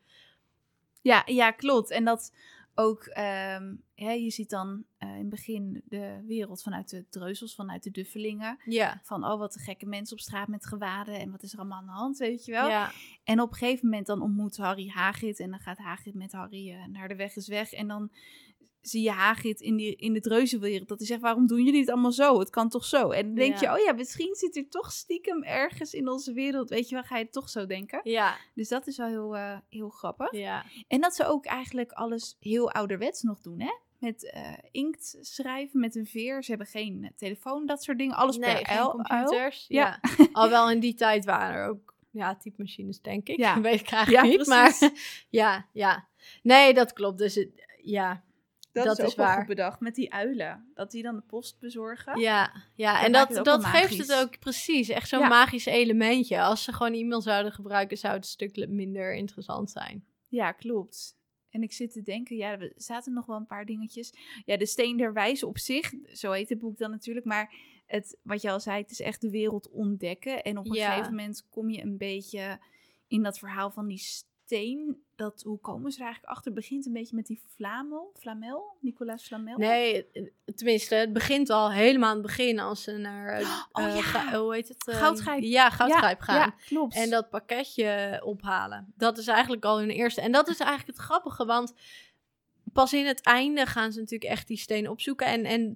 Ja, ja, klopt. En dat ook, um, hè, je ziet dan uh, in het begin de wereld vanuit de dreuzels, vanuit de duffelingen. Ja. Van, oh, wat een gekke mensen op straat met gewaden en wat is er allemaal aan de hand, weet je wel. Ja. En op een gegeven moment dan ontmoet Harry Hagrid en dan gaat Hagrid met Harry uh, naar de weg is weg. En dan zie je Hagrid in, die, in de dreuzenwereld. Dat hij zegt, waarom doen jullie het allemaal zo? Het kan toch zo? En dan denk ja. je, oh ja, misschien zit er toch stiekem ergens in onze wereld. Weet je wel, ga je het toch zo denken? Ja. Dus dat is wel heel, uh, heel grappig. Ja. En dat ze ook eigenlijk alles heel ouderwets nog doen, hè? Met uh, inkt schrijven, met een veer. Ze hebben geen uh, telefoon, dat soort dingen. Alles nee, per geen uil. computers. Ja. ja. Alhoewel in die tijd waren er ook ja, typemachines, denk ik. Ja. Dat weet ik eigenlijk ja, niet. Precies. Maar ja, ja. Nee, dat klopt. Dus het, ja... Dat, dat is ook is waar. wel goed bedacht, met die uilen. Dat die dan de post bezorgen. Ja, ja. Dat en dat, dat geeft het ook precies. Echt zo'n ja. magisch elementje. Als ze gewoon e-mail zouden gebruiken, zou het een stuk minder interessant zijn. Ja, klopt. En ik zit te denken, ja, er zaten nog wel een paar dingetjes. Ja, de Steen der Wijze op zich, zo heet het boek dan natuurlijk. Maar het, wat je al zei, het is echt de wereld ontdekken. En op een Ja. gegeven moment kom je een beetje in dat verhaal van die steen. Dat, hoe komen ze er eigenlijk achter? Het begint een beetje met die Flamel, Flamel, Nicolaas Flamel. Nee, tenminste, het begint al helemaal aan het begin als ze naar, Oh, uh, ja. ga, hoe heet het? Uh, Goudgrijp. Ja, Goudgrijp ja, gaan. Ja, klopt. En dat pakketje ophalen. Dat is eigenlijk al hun eerste. En dat is eigenlijk het grappige, want pas in het einde gaan ze natuurlijk echt die steen opzoeken. En, en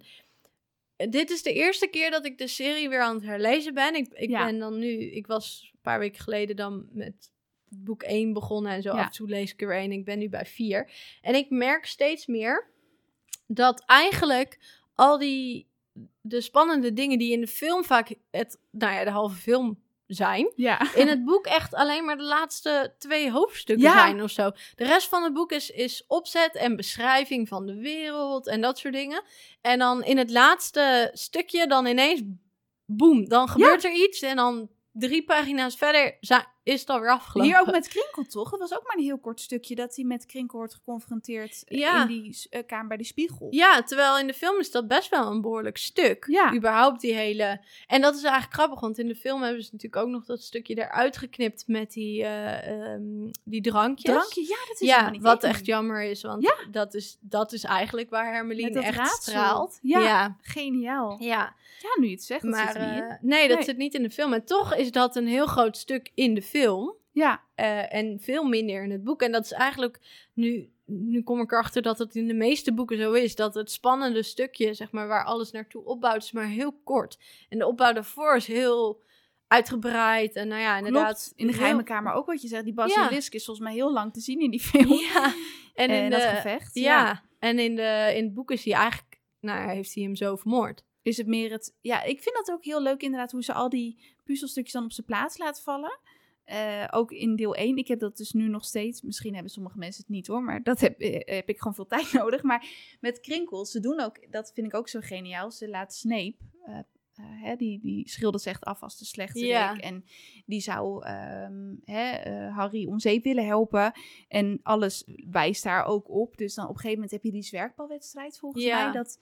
dit is de eerste keer dat ik de serie weer aan het herlezen ben. Ik, ik Ja. ben dan nu, ik was een paar weken geleden dan met boek één begonnen en zo. Ja. Af en toe lees ik er weer één. Ik ben nu bij vier. En ik merk steeds meer dat eigenlijk al die de spannende dingen die in de film vaak het, nou ja, de halve film zijn, Ja. in het boek echt alleen maar de laatste twee hoofdstukken Ja. zijn of zo. De rest van het boek is, is opzet en beschrijving van de wereld en dat soort dingen. En dan in het laatste stukje dan ineens, boem, dan gebeurt er iets en dan drie pagina's verder za- is het alweer afgelopen. Hier ook met Krinkel, toch? Het was ook maar een heel kort stukje dat hij met Krinkel wordt geconfronteerd eh, Ja. in die uh, kamer bij de spiegel. Ja, terwijl in de film is dat best wel een behoorlijk stuk. Ja. Überhaupt die hele... En dat is eigenlijk grappig, want in de film hebben ze natuurlijk ook nog dat stukje eruit geknipt met die, uh, um, die drankjes. Drankje, ja, dat is Ja, helemaal niet wat in. echt jammer is, want Ja. dat, is, dat is eigenlijk waar Met Hermeline dat echt raadsel. straalt. Ja. ja. Geniaal. Ja. Ja, nu je het zegt, dat Maar zit er niet in. uh, nee, dat Nee. zit niet in de film. En toch is dat een heel groot stuk in de film. Ja, Uh, en veel minder in het boek. En dat is eigenlijk... Nu, nu kom ik erachter dat het in de meeste boeken zo is. Dat het spannende stukje, zeg maar, waar alles naartoe opbouwt, is maar heel kort. En de opbouw daarvoor is heel uitgebreid. En nou ja, inderdaad... klopt. In de heel- geheime kamer ook wat je zegt. Die basilisk is volgens mij heel lang te zien in die film. Ja. En in En de, dat gevecht. Ja. En in, de, in het boek is hij eigenlijk... Nou, heeft hij hem zo vermoord. Is het meer het... Ja, ik vind dat ook heel leuk inderdaad, hoe ze al die puzzelstukjes dan op zijn plaats laten vallen. Uh, ook in deel één. Ik heb dat dus nu nog steeds. Misschien hebben sommige mensen het niet hoor. Maar dat heb, uh, heb ik gewoon veel tijd nodig. Maar met Krinkels, ze doen ook... Dat vind ik ook zo geniaal. Ze laat Snape... Uh, uh, hè, die, die schildert zich echt af als de slechterik. Ja. En die zou um, hè, uh, Harry om zeep willen helpen. En alles wijst daar ook op. Dus dan op een gegeven moment heb je die zwerkbalwedstrijd volgens Ja. mij. Dat...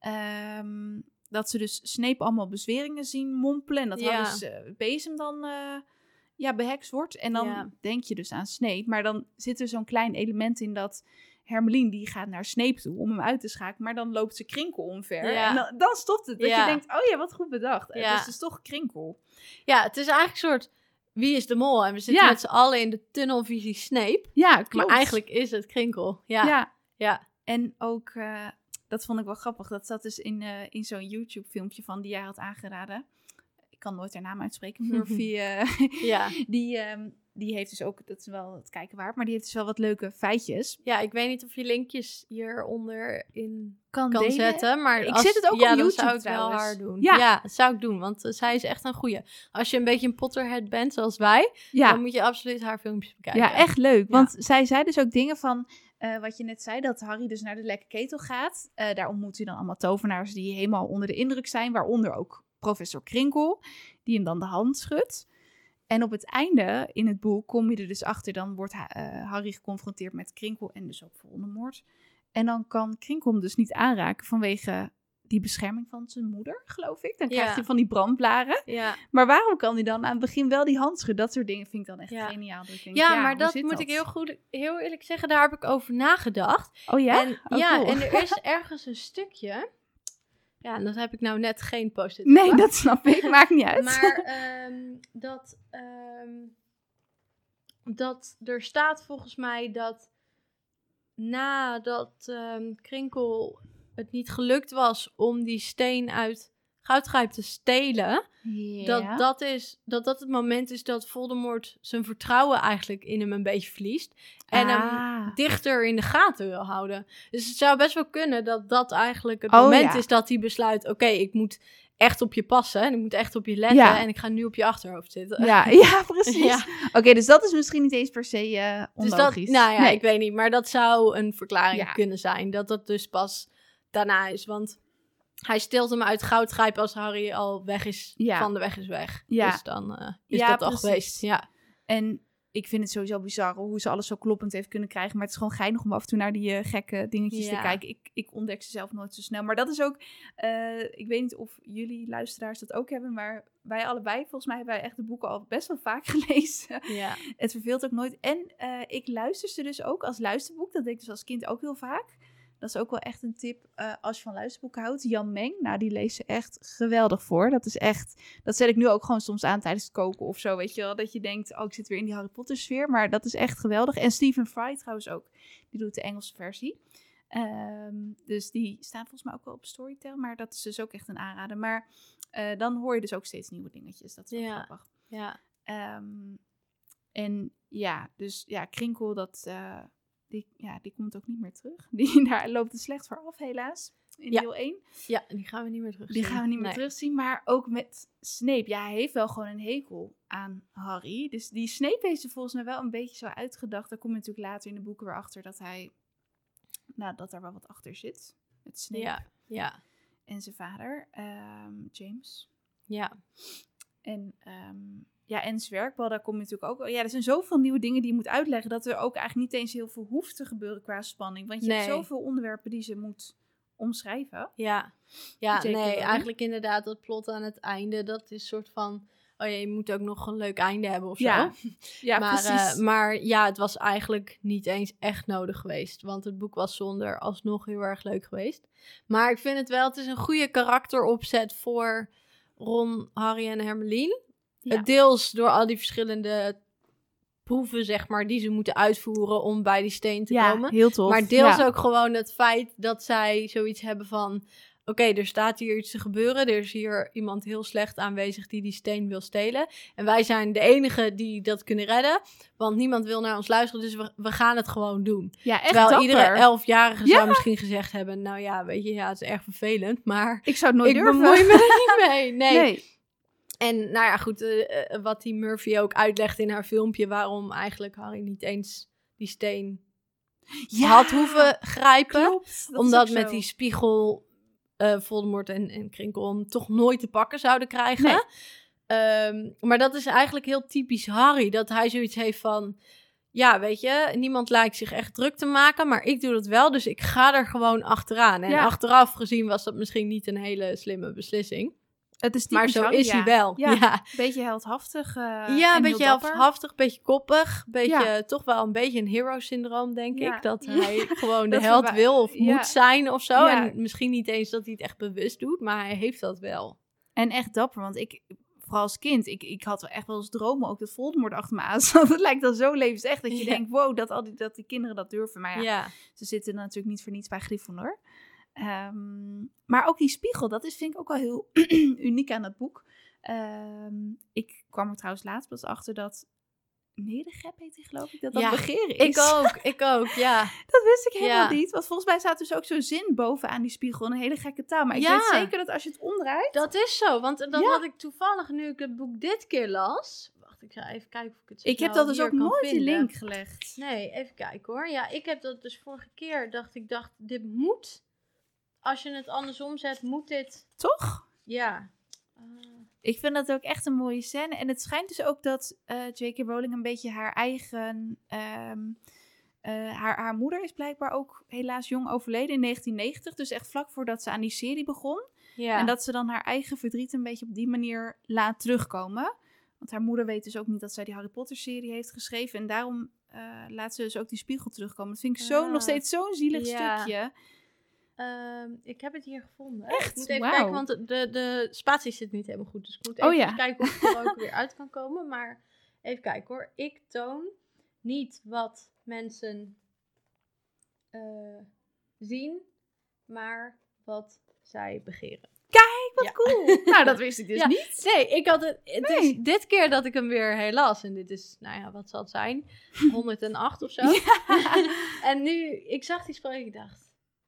Um, dat ze dus Snape allemaal bezweringen zien mompelen. En dat Ja. Harry's uh, bezem dan... Uh, ja, behekst wordt. En dan Ja. denk je dus aan Snape. Maar dan zit er zo'n klein element in dat Hermeline, die gaat naar Snape toe om hem uit te schakelen. Maar dan loopt ze Krinkel omver. Ja. En dan, dan stopt het. Dat Ja. je denkt, oh ja, wat goed bedacht. Ja. Het is dus toch Krinkel. Ja, het is eigenlijk een soort... Wie is de mol? En we zitten Ja. met z'n allen in de tunnelvisie Snape. Ja, klopt. Maar eigenlijk is het Krinkel. Ja. Ja. Ja. En ook, uh, dat vond ik wel grappig. Dat zat dus in, uh, in zo'n YouTube-filmpje van die jij had aangeraden. Ik kan nooit haar naam uitspreken. Murphy, uh, Ja. die, um, die heeft dus ook, dat is wel het kijken waard, maar die heeft dus wel wat leuke feitjes. Ja, ik weet niet of je linkjes hieronder in Kan, kan delen. zetten. Maar Ik als, zet het ook ja, op dan YouTube zou ik trouwens. wel haar doen. Ja. Ja, dat zou ik doen. Want uh, zij is echt een goeie. Als je een beetje een Potterhead bent zoals wij, Ja. dan moet je absoluut haar filmpjes bekijken. Ja, echt leuk. Ja. Want zij zei dus ook dingen van, uh, wat je net zei, dat Harry dus naar de lekke ketel gaat. Uh, daar ontmoet hij dan allemaal tovenaars die helemaal onder de indruk zijn. Waaronder ook professor Krinkel, die hem dan de hand schudt. En op het einde in het boek kom je er dus achter, dan wordt uh, Harry geconfronteerd met Krinkel en dus ook Voldemort. En dan kan Krinkel hem dus niet aanraken vanwege die bescherming van zijn moeder, geloof ik. Dan krijgt Ja. hij van die brandblaren. Ja, Maar waarom kan hij dan aan het begin wel die hand schudden? Dat soort dingen vind ik dan echt Ja. geniaal. Dat ik denk, ja, ja, maar hoe dat zit moet dat? ik heel goed, heel eerlijk zeggen, daar heb ik over nagedacht. Oh ja? En, Oh, ja, cool. en er is ergens een stukje. Ja, en dat heb ik nou net geen post-it. Nee, gepakt. dat snap ik. Maakt niet uit. Maar ehm, dat, ehm, dat er staat volgens mij dat nadat ehm, Krinkel het niet gelukt was om die steen uit Goudgrijp te stelen, Ja. dat, dat, is, dat dat het moment is dat Voldemort zijn vertrouwen eigenlijk in hem een beetje verliest. En hem Ah. dichter in de gaten wil houden. Dus het zou best wel kunnen dat dat eigenlijk het Oh, moment ja. is dat hij besluit, oké, okay, ik moet echt op je passen en ik moet echt op je letten Ja. en ik ga nu op je achterhoofd zitten. Ja, ja, precies. Ja. Oké, dus dat is misschien niet eens per se uh, Dus dat, onlogisch. nou ja, Nee. ik weet niet, maar dat zou een verklaring Ja. kunnen zijn. Dat dat dus pas daarna is, want hij steelt hem uit Goudgrijp als Harry al weg is, Ja. van de weg is weg. Ja. Dus dan uh, is Ja, dat al precies. geweest. Ja. En ik vind het sowieso bizar hoe ze alles zo kloppend heeft kunnen krijgen. Maar het is gewoon geinig om af en toe naar die uh, gekke dingetjes ja. te kijken. Ik, ik ontdek ze zelf nooit zo snel. Maar dat is ook, uh, ik weet niet of jullie luisteraars dat ook hebben. Maar wij allebei, volgens mij hebben wij echt de boeken al best wel vaak gelezen. Ja. Het verveelt ook nooit. En uh, ik luister ze dus ook als luisterboek. Dat deed ik dus als kind ook heel vaak. Dat is ook wel echt een tip uh, als je van luisterboeken houdt. Jan Meng, nou die leest ze echt geweldig voor. Dat is echt, dat zet ik nu ook gewoon soms aan tijdens het koken of zo, weet je wel. Dat je denkt, oh ik zit weer in die Harry Potter sfeer. Maar dat is echt geweldig. En Stephen Fry trouwens ook. Die doet de Engelse versie. Um, dus die staan volgens mij ook wel op Storytel. Maar dat is dus ook echt een aanrader. Maar uh, dan hoor je dus ook steeds nieuwe dingetjes. Dat is wel ja. grappig. Ja. Um, en ja, dus ja, Krinkel, dat... Uh, Die, ja, die komt ook niet meer terug. Die, daar loopt het slecht voor af, helaas. In ja. deel één. Ja, die gaan we niet meer terugzien. Die gaan we niet meer nee. terugzien. Maar ook met Snape. Ja, hij heeft wel gewoon een hekel aan Harry. Dus die Snape heeft er volgens mij wel een beetje zo uitgedacht. Daar kom je natuurlijk later in de boeken weer achter dat hij... Nou, dat er wel wat achter zit. Met Snape. Ja, ja. En zijn vader, um, James. Ja. En... Um, Ja, en zwerkbal, daar kom je natuurlijk ook... Ja, er zijn zoveel nieuwe dingen die je moet uitleggen... dat er ook eigenlijk niet eens heel veel hoeft te gebeuren qua spanning. Want je nee. hebt zoveel onderwerpen die ze moet omschrijven. Ja, ja nee, Rowling. Eigenlijk inderdaad dat plot aan het einde... dat is een soort van... Oh ja, je moet ook nog een leuk einde hebben of zo. Ja, ja maar, precies. Uh, maar ja, het was eigenlijk niet eens echt nodig geweest. Want het boek was zonder alsnog heel erg leuk geweest. Maar ik vind het wel... Het is een goede karakteropzet voor Ron, Harry en Hermeline... Ja. Deels door al die verschillende proeven, zeg maar, die ze moeten uitvoeren om bij die steen te ja, komen. Heel tof. Maar deels ja. ook gewoon het feit dat zij zoiets hebben van... Oké, okay, er staat hier iets te gebeuren. Er is hier iemand heel slecht aanwezig die die steen wil stelen. En wij zijn de enigen die dat kunnen redden. Want niemand wil naar ons luisteren, dus we, we gaan het gewoon doen. Ja, echt Terwijl dapper. Iedere elfjarige ja. zou misschien gezegd hebben... Nou ja, weet je, ja, het is erg vervelend, maar... Ik zou het nooit ik durven. Ik bemoei me er niet mee. Nee. nee. En nou ja, goed, uh, uh, wat die Murphy ook uitlegt in haar filmpje... waarom eigenlijk Harry niet eens die steen ja, had hoeven grijpen. Klopt, omdat met die spiegel uh, Voldemort en, en Krinkel hem toch nooit te pakken zouden krijgen. Nee. Um, maar dat is eigenlijk heel typisch Harry. Dat hij zoiets heeft van... Ja, weet je, niemand lijkt zich echt druk te maken... maar ik doe dat wel, dus ik ga er gewoon achteraan. En ja. achteraf gezien was dat misschien niet een hele slimme beslissing... Het is maar zo Harry, is ja. hij wel. Ja, ja. Een beetje heldhaftig. Uh, ja, een en beetje heldhaftig, een beetje koppig. Beetje, ja. Toch wel een beetje een hero-syndroom, denk ja. ik. Dat hij ja. gewoon de held wil of ja. moet zijn of zo. Ja. En misschien niet eens dat hij het echt bewust doet, maar hij heeft dat wel. En echt dapper, want ik... Vooral als kind, ik, ik had wel echt wel eens dromen ook dat Voldemort achter me aan zat. Het lijkt dan zo levensecht dat je ja. denkt, wow, dat, al die, dat die kinderen dat durven. Maar ja, ja. ze zitten natuurlijk niet voor niets bij Gryffindor. Um, maar ook die spiegel, dat is, vind ik ook wel heel uniek aan het boek. Um, ik kwam er trouwens laatst pas achter dat Nedegep heet hij, geloof ik, dat dat ja, begeren is. Ik ook, ik ook, ja. Dat wist ik helemaal ja. niet. Want volgens mij staat dus ook zo'n zin bovenaan die spiegel. Een hele gekke taal. Maar ik ja. weet zeker dat als je het omdraait... Dat is zo, want dat ja. had ik toevallig nu ik het boek dit keer las... Wacht, ik ga even kijken of ik het zo Ik heb dat dus ook nooit vinden. die link gelegd. Nee, even kijken hoor. Ja, ik heb dat dus vorige keer dacht ik, dacht, dit moet... Als je het andersom zet, moet dit... Toch? Ja. Uh... Ik vind dat ook echt een mooie scène. En het schijnt dus ook dat uh, J K Rowling een beetje haar eigen... Um, uh, haar, haar moeder is blijkbaar ook helaas jong overleden in negentien negentig. Dus echt vlak voordat ze aan die serie begon. Ja. En dat ze dan haar eigen verdriet een beetje op die manier laat terugkomen. Want haar moeder weet dus ook niet dat zij die Harry Potter serie heeft geschreven. En daarom uh, laat ze dus ook die spiegel terugkomen. Dat vind ik zo, ah. nog steeds zo'n zielig ja. stukje. Um, ik heb het hier gevonden. Echt? Ik moet even wow. kijken, want de, de, de spatie zit niet helemaal goed. Dus ik moet even oh, ja. kijken of het er ook weer uit kan komen. Maar even kijken hoor. Ik toon niet wat mensen uh, zien, maar wat zij begeren. Kijk, wat ja. cool. Nou, dat wist ik dus ja. niet. Nee, ik had het, het nee. is dit keer dat ik hem weer herlas. En dit is, nou ja, wat zal het zijn? honderdacht of zo. Ja. En nu, ik zag die spreuk, ik dacht...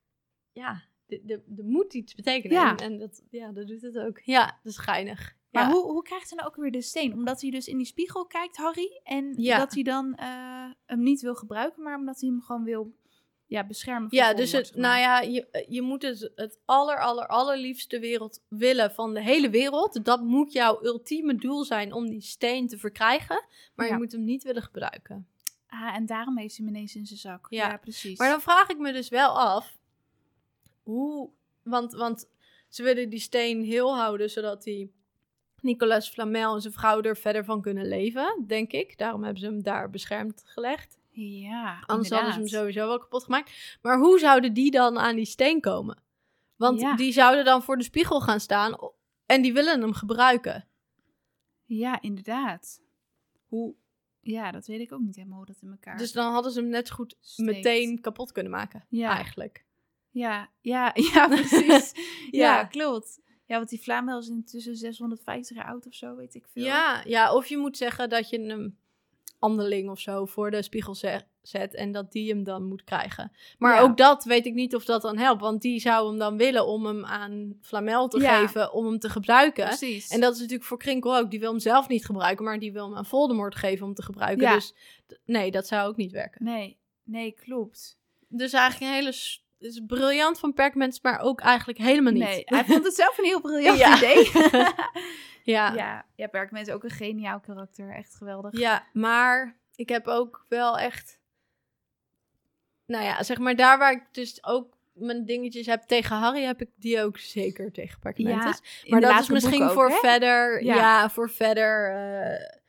Ja, er moet iets betekenen. Ja. En, en dat, ja, dat doet het ook. Ja, dat is geinig. Maar ja. hoe, hoe krijgt hij nou ook weer de steen? Omdat hij dus in die spiegel kijkt, Harry. En ja. dat hij dan uh, hem niet wil gebruiken, maar omdat hij hem gewoon wil ja, beschermen voor Ja, dus Voldemort, het, zeg maar. nou ja, je, je moet het, het aller, aller, allerliefste wereld willen van de hele wereld. Dat moet jouw ultieme doel zijn om die steen te verkrijgen. Maar Ja. je moet hem niet willen gebruiken. Ah, en daarom heeft hij hem ineens in zijn zak. Ja. Ja, precies. Maar dan vraag ik me dus wel af, hoe, want, want ze willen die steen heel houden, zodat die Nicolas Flamel en zijn vrouw er verder van kunnen leven, denk ik. Daarom hebben ze hem daar beschermd gelegd. Ja, Anders hadden ze hem inderdaad. sowieso wel kapot gemaakt. Maar hoe zouden die dan aan die steen komen? Want Ja. die zouden dan voor de spiegel gaan staan en die willen hem gebruiken. Ja, inderdaad. Hoe... Ja, dat weet ik ook niet helemaal hoe dat in elkaar Dus dan hadden ze hem net zo goed steekt. meteen kapot kunnen maken, Ja. eigenlijk. Ja, ja, ja, precies. ja. Ja. klopt. Ja, want die Flamel is intussen zeshonderdvijftig jaar oud of zo, weet ik veel. Ja, ja, of je moet zeggen dat je een anderling of zo voor de spiegel ze- zet en dat die hem dan moet krijgen. Maar Ja. ook dat weet ik niet of dat dan helpt, want die zou hem dan willen om hem aan Flamel te Ja. geven, om hem te gebruiken. Precies. En dat is natuurlijk voor Krinkel ook. Die wil hem zelf niet gebruiken, maar die wil hem aan Voldemort geven om te gebruiken. Ja. Dus d- nee, dat zou ook niet werken. Nee, nee, klopt. Dus eigenlijk een hele... s- Het is briljant van Perkament, maar ook eigenlijk helemaal niet. Nee, hij vond het zelf een heel briljant Ja. idee. ja. ja, ja, Perkament is ook een geniaal karakter. Echt geweldig. Ja, maar ik heb ook wel echt... Nou ja, zeg maar daar waar ik dus ook mijn dingetjes heb tegen Harry, heb ik die ook zeker tegen Perkamentus. in maar de dat is latere misschien boeken voor ook, hè? verder... Ja, Ja. voor verder eh,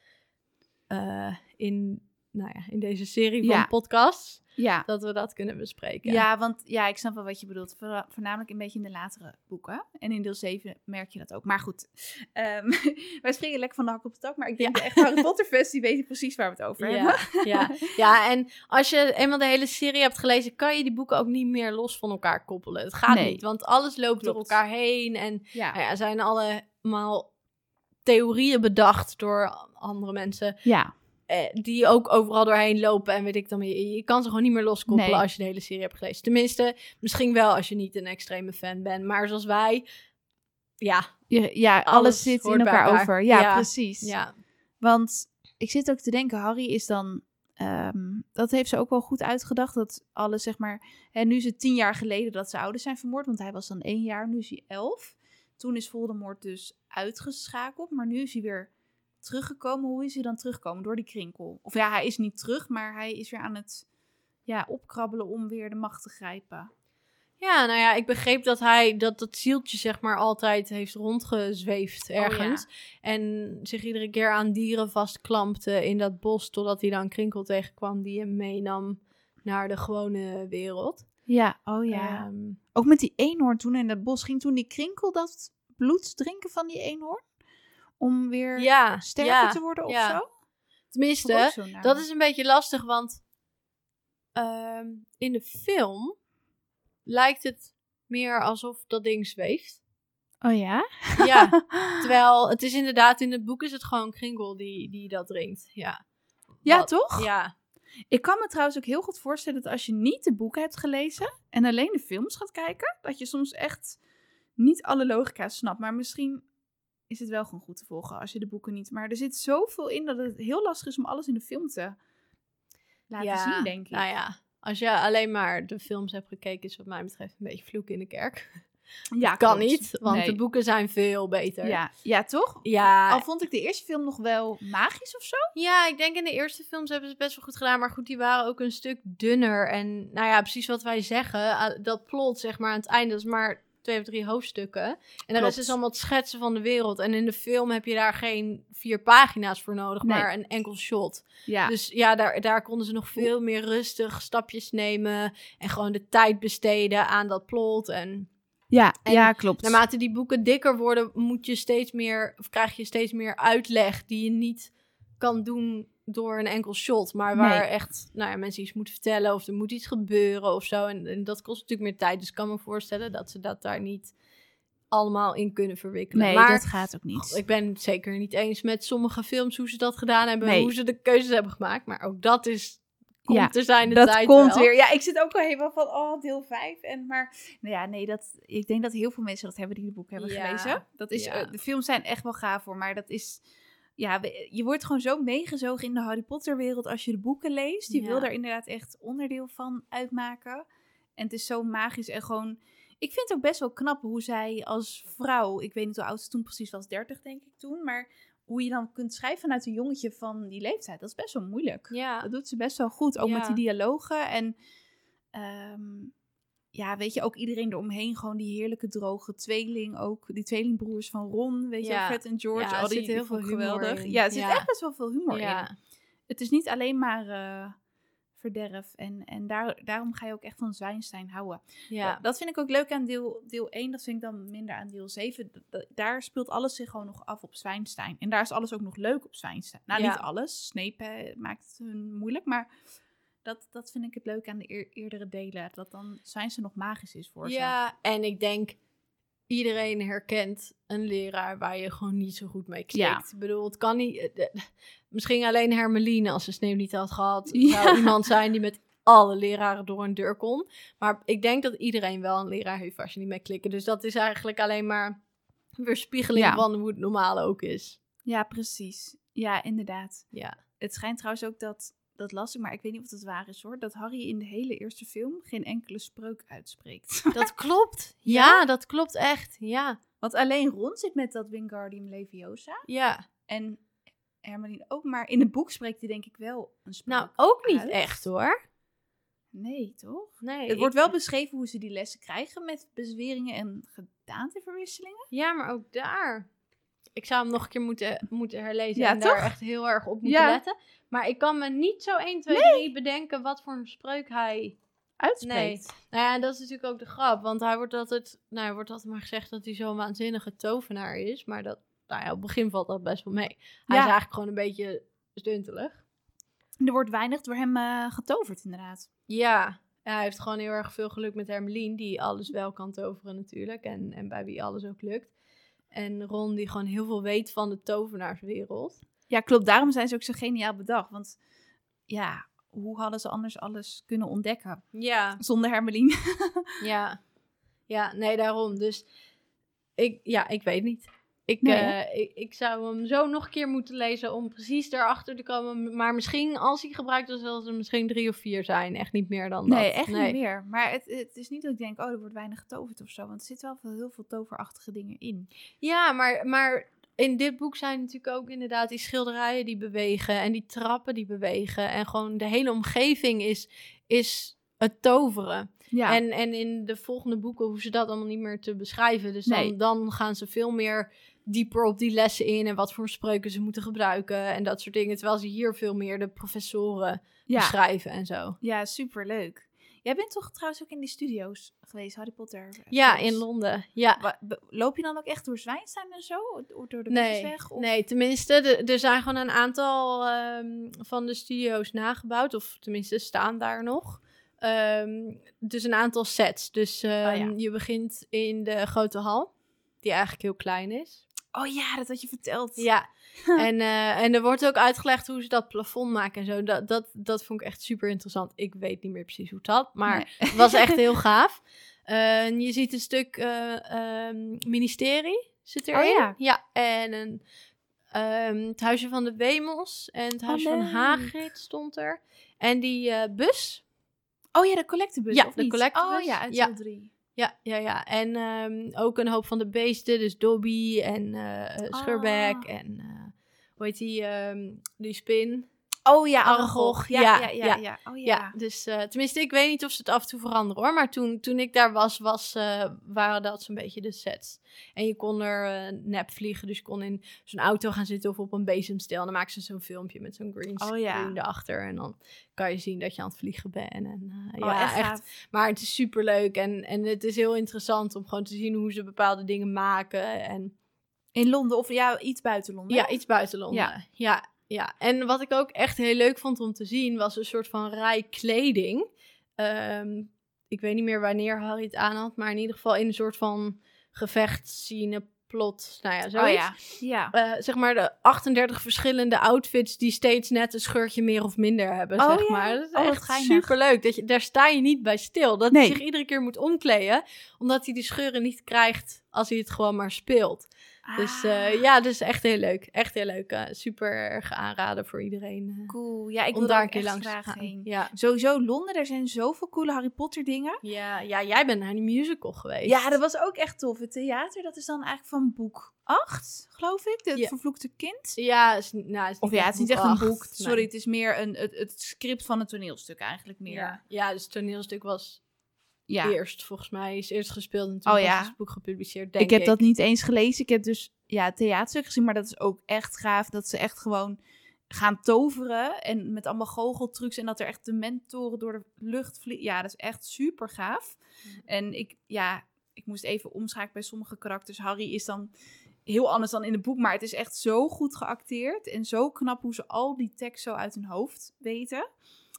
eh, in, nou ja, in deze serie van Ja. podcasts. Ja. Dat we dat kunnen bespreken. Ja, want ja, ik snap wel wat je bedoelt. Voorna- Voornamelijk een beetje in de latere boeken. En in deel zeven merk je dat ook. Maar goed, ehm, wij springen lekker van de hak op de tak. Maar ik denk Ja. de echte Harry Potter fans, die weten precies waar we het over hebben. Ja, ja, ja, en als je eenmaal de hele serie hebt gelezen, kan je die boeken ook niet meer los van elkaar koppelen. Het gaat Nee. niet, want alles loopt door Klopt. elkaar heen. En Ja. nou ja, er zijn allemaal theorieën bedacht door andere mensen, Ja. eh, die ook overal doorheen lopen. En weet ik dan, je, je kan ze gewoon niet meer loskoppelen Nee. als je de hele serie hebt gelezen. Tenminste, misschien wel als je niet een extreme fan bent. Maar zoals wij, ja, Ja, ja, alles, Alles zit in hoort bij elkaar elkaar. over. Ja, Ja. precies. ja, Want ik zit ook te denken, Harry is dan... ehm, dat heeft ze ook wel goed uitgedacht. Dat alles, zeg maar... Hè, nu is het tien jaar geleden dat zijn ouders zijn vermoord. Want hij was dan één jaar, nu is hij elf. Toen is Voldemort dus uitgeschakeld. Maar nu is hij weer teruggekomen. Hoe is hij dan teruggekomen? Door die krinkel. Of ja, hij is niet terug, maar hij is weer aan het ja, opkrabbelen om weer de macht te grijpen. Ja, nou ja, ik begreep dat hij dat dat zieltje zeg maar altijd heeft rondgezweefd ergens. En zich iedere keer aan dieren vastklampte in dat bos, totdat hij dan Krinkel tegenkwam die hem meenam naar de gewone wereld. Ja, oh ja. Ehm, Ook met die eenhoorn toen in het bos. Ging toen die krinkel dat bloed drinken van die eenhoorn? Om weer ja, sterker ja, te worden of ja. zo? Vond ik Tenminste, ook zo naar. dat is een beetje lastig, want ehm, in de film lijkt het meer alsof dat ding zweeft. Oh ja? Ja, terwijl het is inderdaad, in het boek is het gewoon Kringle die, die dat drinkt. Ja, Ja, Wat- toch? Ja, Ik kan me trouwens ook heel goed voorstellen dat als je niet de boeken hebt gelezen en alleen de films gaat kijken, dat je soms echt niet alle logica snapt. Maar misschien is het wel gewoon goed te volgen als je de boeken niet... Maar er zit zoveel in dat het heel lastig is om alles in de film te laten ja, zien, denk ik. Nou ja, als je alleen maar de films hebt gekeken, is wat mij betreft een beetje vloek in de kerk. Ja, kan klopt. niet, want Nee. de boeken zijn veel beter. Ja, ja, toch? Ja, Al vond ik de eerste film nog wel magisch of zo. ja, ik denk in de eerste films hebben ze het best wel goed gedaan. Maar goed, die waren ook een stuk dunner. En nou ja, precies wat wij zeggen. ah, Dat plot, zeg maar, aan het einde, dat is maar twee of drie hoofdstukken. En de Klopt. rest is allemaal het schetsen van de wereld. En in de film heb je daar geen vier pagina's voor nodig, Nee. maar een enkel shot. Ja, Dus ja, daar, daar konden ze nog veel meer rustig stapjes nemen. En gewoon de tijd besteden aan dat plot. En ja, en ja, klopt. naarmate die boeken dikker worden, moet je steeds meer, of krijg je steeds meer uitleg die je niet kan doen door een enkel shot. Maar waar Nee. echt nou ja, mensen iets moeten vertellen of er moet iets gebeuren of zo. En, en dat kost natuurlijk meer tijd. Dus ik kan me voorstellen dat ze dat daar niet allemaal in kunnen verwikkelen. Nee, maar dat gaat ook niet. ik ben het zeker niet eens met sommige films hoe ze dat gedaan hebben. Nee. Hoe ze de keuzes hebben gemaakt. Maar ook dat is... Komt Ja, er zijn de dat tijd komt wel. weer. Ja, ik zit ook al helemaal van, oh, deel vijf. En maar, nou ja, nee, dat, ik denk dat heel veel mensen dat hebben die de boek hebben Ja, gelezen. Dat is, ja. eh, de films zijn echt wel gaaf voor, maar dat is ja, je wordt gewoon zo meegezogen in de Harry Potter wereld als je de boeken leest. Je Ja. wil daar inderdaad echt onderdeel van uitmaken. En het is zo magisch en gewoon... Ik vind het ook best wel knap hoe zij als vrouw... Ik weet niet hoe oud ze toen precies was, dertig denk ik toen. Maar hoe je dan kunt schrijven vanuit een jongetje van die leeftijd. Dat is best wel moeilijk. Ja. Dat doet ze best wel goed. Ook Ja. met die dialogen. En um, ja, weet je, ook iedereen eromheen. Gewoon die heerlijke droge tweeling ook. Die tweelingbroers van Ron, weet je, Ja. Fred en George. Ja, al er die zit heel vond ik veel humor geweldig. in. Ja, er zit Ja. echt best wel veel humor Ja. in. Het is niet alleen maar uh, verderf. En, en daar, daarom ga je ook echt van Zwijnstein houden. Ja. Dat, dat vind ik ook leuk aan deel, deel één. Dat vind ik dan minder aan deel zeven. D- d- daar speelt alles zich gewoon nog af op Zwijnstein. En daar is alles ook nog leuk op Zwijnstein. Nou, Ja. niet alles. Snape hè, maakt het hun moeilijk. Maar dat, dat vind ik het leuk aan de eer, eerdere delen. Dat dan Zwijnstein nog magisch is voor ze. Ja, en ik denk... Iedereen herkent een leraar waar je gewoon niet zo goed mee klikt. Ja. Ik bedoel, het kan niet... eh, eh, Misschien alleen Hermeline, als ze Sneeuw niet had gehad... Ja. zou iemand zijn die met alle leraren door een deur kon. Maar ik denk dat iedereen wel een leraar heeft waar ze niet mee klikken. Dus dat is eigenlijk alleen maar een weerspiegeling Ja. van hoe het normaal ook is. Ja, precies. Ja, inderdaad. Ja. Het schijnt trouwens ook dat... Dat las ik, maar ik weet niet of het waar is hoor. Dat Harry in de hele eerste film geen enkele spreuk uitspreekt. Dat klopt. Ja? Ja, dat klopt echt. Ja. Want alleen Ron zit met dat Wingardium Leviosa. Ja. En Hermeline ook. Maar in het boek spreekt hij denk ik wel een spreuk Nou, ook niet uit. echt hoor. Nee, toch? Nee. Het ik- wordt wel beschreven hoe ze die lessen krijgen met bezweringen en gedaanteverwisselingen. Ja, maar ook daar. Ik zou hem nog een keer moeten, moeten herlezen Ja, en daar toch? echt heel erg op moeten Ja. letten. Maar ik kan me niet zo één, twee, drie bedenken wat voor een spreuk hij... Uitspreekt. Nou ja, en dat is natuurlijk ook de grap. Want hij wordt altijd, nou, hij wordt altijd maar gezegd dat hij zo'n waanzinnige tovenaar is. Maar dat, nou ja, op het begin valt dat best wel mee. Hij Ja. is eigenlijk gewoon een beetje stuntelig. Er wordt weinig door hem uh, getoverd inderdaad. Ja, hij heeft gewoon heel erg veel geluk met Hermeline, die alles wel kan toveren natuurlijk. En, en bij wie alles ook lukt. En Ron, die gewoon heel veel weet van de tovenaarswereld. Ja, klopt. Daarom zijn ze ook zo geniaal bedacht. Want ja, hoe hadden ze anders alles kunnen ontdekken? Ja, Zonder Hermeline. ja. Ja, nee, daarom. Dus ik, ja, ik weet niet. Ik, Nee, eh, ik, ik zou hem zo nog een keer moeten lezen om precies daarachter te komen. Maar misschien, als hij gebruikt, dan zullen er misschien drie of vier zijn. Echt niet meer dan dat. Nee, echt niet meer. Maar het, het is niet dat ik denk, oh, er wordt weinig getoverd of zo. Want er zit wel veel, heel veel toverachtige dingen in. Ja, maar, maar in dit boek zijn natuurlijk ook inderdaad die schilderijen die bewegen. En die trappen die bewegen. En gewoon de hele omgeving is, is het toveren. Ja, En, en in de volgende boeken hoeven ze dat allemaal niet meer te beschrijven. Dus dan, Nee. dan gaan ze veel meer dieper op die lessen in. En wat voor spreuken ze moeten gebruiken. En dat soort dingen. Terwijl ze hier veel meer de professoren ja. beschrijven en zo. ja, superleuk. Jij bent toch trouwens ook in die studio's geweest, Harry Potter? Ja, films? in Londen. Ja. Wa- be- Loop je dan ook echt door Zwijnstein en zo? O- Door de Nee, weg? Of? nee, tenminste, de- er zijn gewoon een aantal ehm, van de studio's nagebouwd. Of tenminste, staan daar nog. Ehm, dus een aantal sets. Dus ehm, Oh ja. je begint in de grote hal, die eigenlijk heel klein is. Oh ja, dat had je verteld. Ja, en, eh, en er wordt ook uitgelegd hoe ze dat plafond maken en zo. Dat, dat, dat vond ik echt super interessant. Ik weet niet meer precies hoe het had, maar Nee. het was echt heel gaaf. Uh, je ziet een stuk uh, um, ministerie zit erin. Oh ja. Ja, en een, um, het huisje van de Wemels en het huis Oh, van leuk. Hagrid stond er. En die uh, bus. Oh ja, de collectebus, Ja, of de niet? collectebus. Oh ja, uit Ja. deel drie. Ja, ja, ja. En um, ook een hoop van de beesten. Dus Dobby en uh, Schurbeck Ah. en uh, hoe heet die, um, die spin. Oh ja, Aragog. Aragog. Ja, Ja, ja, ja. ja. ja. Oh ja. Ja, dus uh, tenminste, ik weet niet of ze het af en toe veranderen hoor. Maar toen, toen ik daar was, was uh, waren dat zo'n beetje de sets. En je kon er uh, nep vliegen. Dus je kon in zo'n auto gaan zitten of op een bezemstel. En dan maken ze zo'n filmpje met zo'n green screen Oh ja. erachter. En dan kan je zien dat je aan het vliegen bent. En, uh, Oh, ja, echt echt. gaaf. Maar het is super leuk. En, en het is heel interessant om gewoon te zien hoe ze bepaalde dingen maken. En In Londen, of ja, iets buiten Londen. ja, iets buiten Londen. Ja. Ja. ja, ja. En wat ik ook echt heel leuk vond om te zien, was een soort van rij kleding. Um, ik weet niet meer wanneer Harry het aan had, maar in ieder geval in een soort van gevechtscene, plot, nou ja, zoiets. Oh ja. Ja. Uh, zeg maar de achtendertig verschillende outfits die steeds net een scheurtje meer of minder hebben, Oh zeg ja. maar. Dat is Oh, wat echt geinig. superleuk. Dat je, daar sta je niet bij stil. Dat Nee. hij zich iedere keer moet omkleden, omdat hij die scheuren niet krijgt als hij het gewoon maar speelt. Ah. Dus uh, ja, dus echt heel leuk. Echt heel leuk. Uh, super erg aanraden voor iedereen. Uh, cool. Ja, ik wil daar een keer langs graag gaan. heen. Ja. Sowieso Londen, er zijn zoveel coole Harry Potter dingen. Ja, ja, jij bent naar die musical geweest. Ja, dat was ook echt tof. Het theater, dat is dan eigenlijk van boek acht, geloof ik. Het ja. vervloekte kind. Ja, is, nou, is of ja, het is niet echt acht. een boek. Sorry, nee. het is meer een, het, het script van het toneelstuk eigenlijk meer. Ja, ja dus het toneelstuk was... Ja. Eerst, volgens mij, is eerst gespeeld en toen oh, was ja. het boek gepubliceerd, denk ik. heb ik. dat niet eens gelezen. Ik heb dus ja, het theaterstuk gezien, maar dat is ook echt gaaf. Dat ze echt gewoon gaan toveren en met allemaal goocheltrucs en dat er echt de mentoren door de lucht vliegen. Ja, dat is echt super gaaf. Mm. En ik, ja, ik moest even omschakelen bij sommige karakters. Harry is dan heel anders dan in het boek, maar het is echt zo goed geacteerd en zo knap hoe ze al die tekst zo uit hun hoofd weten.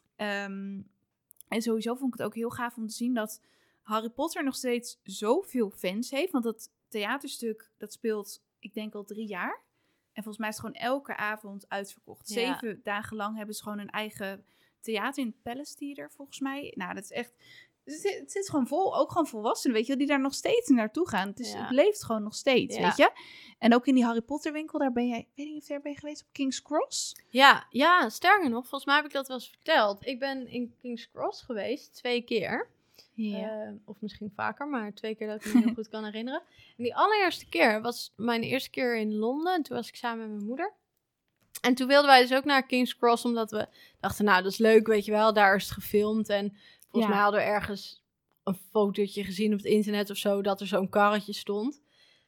Um, En sowieso vond ik het ook heel gaaf om te zien dat Harry Potter nog steeds zoveel fans heeft. Want dat theaterstuk, dat speelt, ik denk al drie jaar. En volgens mij is het gewoon elke avond uitverkocht. Ja. Zeven dagen lang hebben ze gewoon een eigen theater in het Palace Theater, volgens mij. Nou, dat is echt... Het zit, het zit gewoon vol, ook gewoon volwassenen, weet je, die daar nog steeds naartoe gaan. Het, is, ja. het leeft gewoon nog steeds, ja. weet je. En ook in die Harry Potter winkel, daar ben jij, weet niet of daar ben je geweest, op King's Cross? Ja, ja, sterker nog, volgens mij heb ik dat wel eens verteld. Ik ben in King's Cross geweest, twee keer. Ja. Uh, of misschien vaker, maar twee keer dat ik me heel goed kan herinneren. En die allereerste keer was mijn eerste keer in Londen. En toen was ik samen met mijn moeder. En toen wilden wij dus ook naar King's Cross, omdat we dachten, nou, dat is leuk, weet je wel. Daar is het gefilmd en... Volgens ja. mij hadden we ergens een fotootje gezien op het internet of zo, dat er zo'n karretje stond.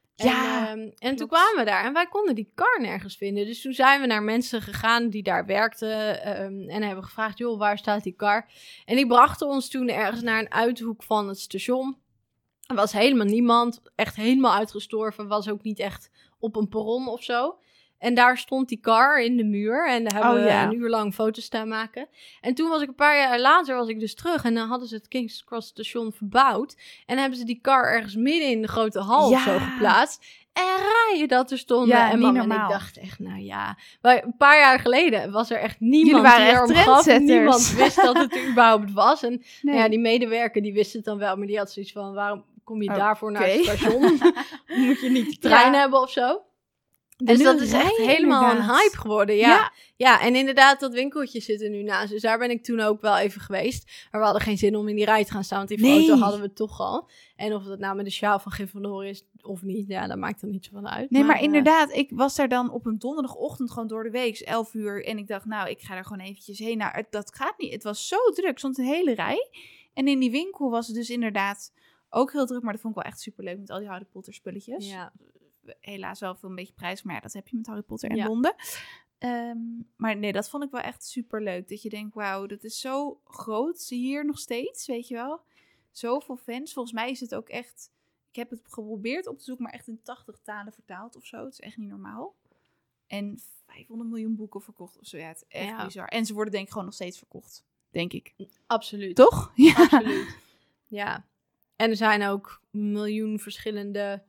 Ja, en, um, en toen kwamen we daar en wij konden die kar nergens vinden. Dus toen zijn we naar mensen gegaan die daar werkten um, en hebben gevraagd, joh, waar staat die kar? En die brachten ons toen ergens naar een uithoek van het station. Er was helemaal niemand, echt helemaal uitgestorven, was ook niet echt op een perron of zo. En daar stond die kar in de muur. En daar hebben oh, we ja. een uur lang foto's staan maken. En toen was ik een paar jaar later was ik dus terug. En dan hadden ze het King's Cross station verbouwd. En dan hebben ze die kar ergens midden in de grote hal ja. of zo geplaatst. En rijen dat er stonden. Ja, en niet mama, normaal. En ik dacht echt, nou ja. Maar een paar jaar geleden was er echt niemand Jullie waren die echt erom gaf. Niemand trendsetters. wist dat het überhaupt was. En nee. nou ja, die medewerker die wist het dan wel. Maar die had zoiets van, waarom kom je oh, daarvoor okay. naar het station? Moet je niet de trein ja. hebben of zo? Dus en dat is echt helemaal inderdaad. een hype geworden, ja. ja. Ja, en inderdaad, dat winkeltje zit er nu naast. Dus daar ben ik toen ook wel even geweest. Maar we hadden geen zin om in die rij te gaan staan, want die nee. foto hadden we toch al. En of dat nou met de sjaal van Gryffindor is of niet, ja, dat maakt er niet zo van uit. Nee, maar, maar uh, inderdaad, ik was daar dan op een donderdagochtend gewoon door de week, elf uur. En ik dacht, nou, ik ga er gewoon eventjes heen. Nou, dat gaat niet. Het was zo druk. Er stond een hele rij. En in die winkel was het dus inderdaad ook heel druk. Maar dat vond ik wel echt superleuk met al die Harry Potter spulletjes. Ja. Helaas wel veel een beetje prijs, maar ja, dat heb je met Harry Potter en ja. Londen. Um, maar nee, dat vond ik wel echt super leuk. Dat je denkt, wauw, dat is zo groot hier nog steeds, weet je wel. Zoveel fans. Volgens mij is het ook echt, ik heb het geprobeerd op te zoeken, maar echt in tachtig talen vertaald of zo. Het is echt niet normaal. En vijfhonderd miljoen boeken verkocht of zo. Ja, het is echt ja. bizar. En ze worden denk ik gewoon nog steeds verkocht, denk ik. Absoluut. Toch? Ja. Absoluut. Ja. En er zijn ook een miljoen verschillende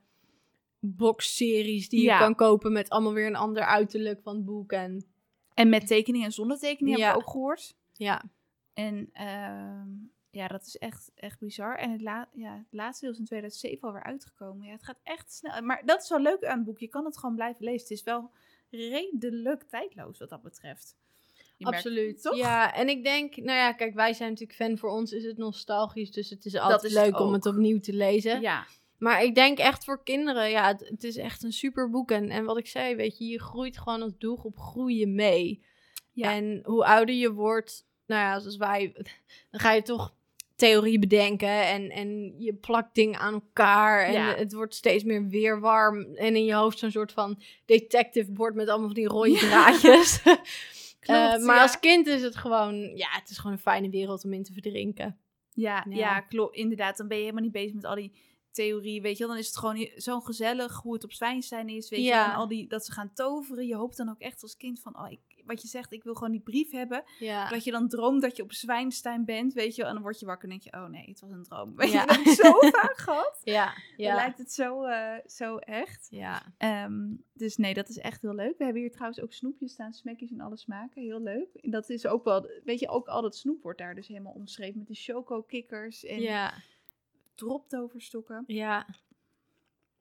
boxseries die ja. je kan kopen met allemaal weer een ander uiterlijk van het boek. En, en met tekeningen en zonder tekeningen ja. heb ik ook gehoord. Ja. En uh, ja, dat is echt, echt bizar. En het, la- ja, het laatste deel is in tweeduizend zeven alweer uitgekomen. Ja, het gaat echt snel. Maar dat is wel leuk aan het boek. Je kan het gewoon blijven lezen. Het is wel redelijk tijdloos wat dat betreft. Je Absoluut, merkt, toch? Ja, en ik denk, nou ja, kijk, wij zijn natuurlijk fan. Voor ons is het nostalgisch, dus het is altijd is leuk het om het opnieuw te lezen. Ja. Maar ik denk echt voor kinderen, ja, het, het is echt een super boek. En, en wat ik zei, weet je, je groeit gewoon als doelgroep groeien mee. Ja. En hoe ouder je wordt, nou ja, zoals wij, dan ga je toch theorie bedenken en, en je plakt dingen aan elkaar. En ja. het wordt steeds meer weerwarm. En in je hoofd zo'n soort van detective bord met allemaal van die rode ja. draadjes. Klopt, uh, maar ja. als kind is het gewoon, ja, het is gewoon een fijne wereld om in te verdrinken. Ja, ja. ja klopt. Inderdaad, dan ben je helemaal niet bezig met al die theorie, weet je wel. Dan is het gewoon zo gezellig hoe het op Zwijnstein is, weet ja. je. En al die, dat ze gaan toveren. Je hoopt dan ook echt als kind van, oh, ik, wat je zegt, ik wil gewoon die brief hebben. Ja. Dat je dan droomt dat je op Zwijnstein bent, weet je wel. En dan word je wakker en denk je, oh nee, het was een droom. Weet ja. je, dat heb ik zo vaak gehad. Ja. ja. Dan lijkt het zo, uh, zo echt. Ja. Um, dus nee, dat is echt heel leuk. We hebben hier trouwens ook snoepjes staan, smackies en alles smaken. Heel leuk. En dat is ook wel, weet je, ook al dat snoep wordt daar dus helemaal omschreven met die choco-kikkers en ja. droptoverstokken. Ja.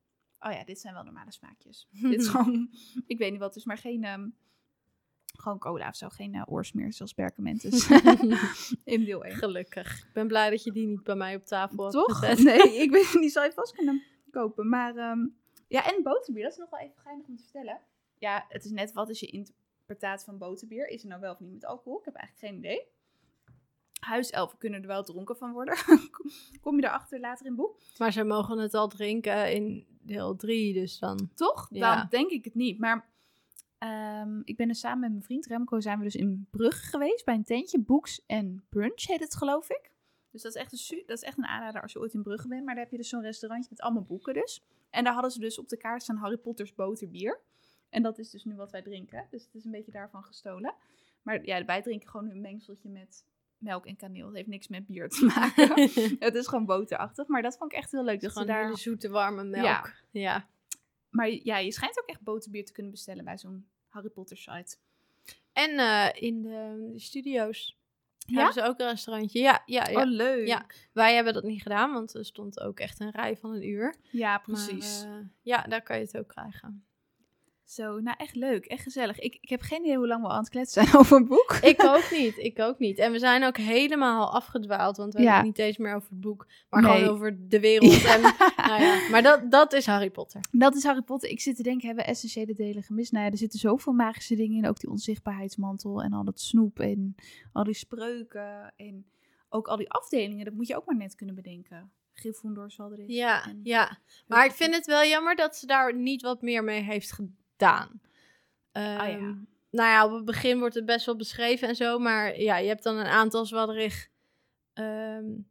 Oh ja, dit zijn wel normale smaakjes. Dit is gewoon, ik weet niet wat het is, maar geen, um, gewoon cola of zo. Geen uh, oorsmeer zoals Berkementus in deel één. Gelukkig. Ik ben blij dat je die niet bij mij op tafel hebt Toch? gezet. Nee, ik weet niet, zou je vast kunnen kopen. Maar um, ja, en boterbier, dat is nog wel even geinig om te vertellen. Ja, het is net, wat is je interpretatie van boterbier? Is het nou wel of niet met alcohol? Ik heb eigenlijk geen idee. Huiselfen kunnen er wel dronken van worden. Kom je erachter later in het boek. Maar ze mogen het al drinken in deel drie, dus dan... Toch? Ja. Dan denk ik het niet. Maar um, ik ben dus samen met mijn vriend Remco, zijn we dus in Brugge geweest. Bij een tentje, Books and Brunch heet het, geloof ik. Dus dat is echt een, su- dat is echt een aanrader als je ooit in Brugge bent. Maar daar heb je dus zo'n restaurantje met allemaal boeken dus. En daar hadden ze dus op de kaart staan Harry Potter's boterbier. En dat is dus nu wat wij drinken. Dus het is een beetje daarvan gestolen. Maar ja, wij drinken gewoon een mengseltje met melk en kaneel. Het heeft niks met bier te maken. Het is gewoon boterachtig. Maar dat vond ik echt heel leuk. Dat Gewoon ze daar... hele zoete, warme melk. Ja. ja. Maar ja, je schijnt ook echt boterbier te kunnen bestellen bij zo'n Harry Potter site. En uh, in de, de studio's Ja? hebben ze ook een restaurantje. Ja, ja, ja. Oh, leuk. Ja. Wij hebben dat niet gedaan, want er stond ook echt een rij van een uur. Ja, precies. Maar, uh, ja, daar kan je het ook krijgen. Zo, nou echt leuk, echt gezellig. Ik, ik heb geen idee hoe lang we al aan het kletsen zijn over een boek. Ik ook niet, ik ook niet. En we zijn ook helemaal afgedwaald, want we Ja. hebben het niet eens meer over het boek, maar Nee. gewoon over de wereld. Ja. En, nou ja, maar dat, dat is Harry Potter. Dat is Harry Potter. Ik zit te denken, hebben we essentiële delen gemist? Nou ja, er zitten zoveel magische dingen in. Ook die onzichtbaarheidsmantel en al dat snoep en al die spreuken. En ook al die afdelingen, dat moet je ook maar net kunnen bedenken. Gryffindor zal erin. Ja, En- ja. Maar ik vind het wel jammer dat ze daar niet wat meer mee heeft gedaan. Um, Ah, ja. Nou ja, op het begin wordt het best wel beschreven en zo. Maar ja, je hebt dan een aantal zwadderig um,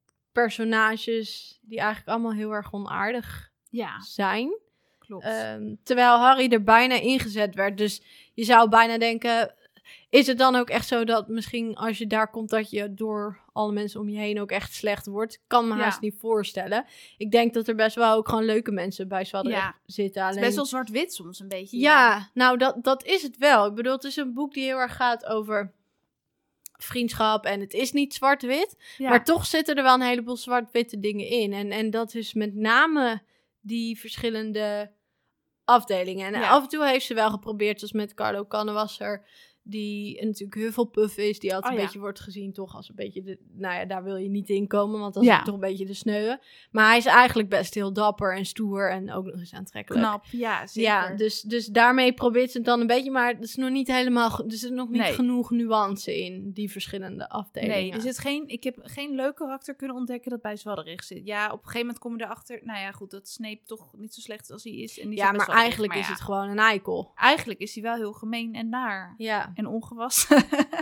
personages die eigenlijk allemaal heel erg onaardig Ja, zijn. klopt. Um, terwijl Harry er bijna ingezet werd. Dus je zou bijna denken, is het dan ook echt zo dat misschien als je daar komt dat je door alle mensen om je heen ook echt slecht wordt? Ik kan me Ja. haast niet voorstellen. Ik denk dat er best wel ook gewoon leuke mensen bij Zwadderig Ja. zitten. Het Alleen... is best wel zwart-wit soms een beetje. Ja, nou dat, dat is het wel. Ik bedoel, het is een boek die heel erg gaat over vriendschap en het is niet zwart-wit. Ja. Maar toch zitten er wel een heleboel zwart-witte dingen in. En, en dat is met name die verschillende afdelingen. En Ja. af en toe heeft ze wel geprobeerd, zoals met Carlo Kannewasser, die natuurlijk Hufflepuff is, die altijd Oh, een ja. beetje wordt gezien toch als een beetje de... Nou ja, daar wil je niet in komen, want dat Ja. is toch een beetje de sneuwe. Maar hij is eigenlijk best heel dapper en stoer en ook nog eens aantrekkelijk. Knap, ja, zeker. Ja, dus, dus daarmee probeert ze het dan een beetje, maar er is nog niet helemaal, ge- er zit nog niet Nee. genoeg nuance in die verschillende afdelingen. Nee, er zit geen, ik heb geen leuk karakter kunnen ontdekken dat bij Zwadderig zit. Ja, op een gegeven moment kom je erachter, nou ja, goed, dat Snape toch niet zo slecht is als hij is. En die ja, zijn bij maar Zwadderig, eigenlijk maar is ja, het gewoon een eikel. Eigenlijk is hij wel heel gemeen en naar. Ja. En ongewassen.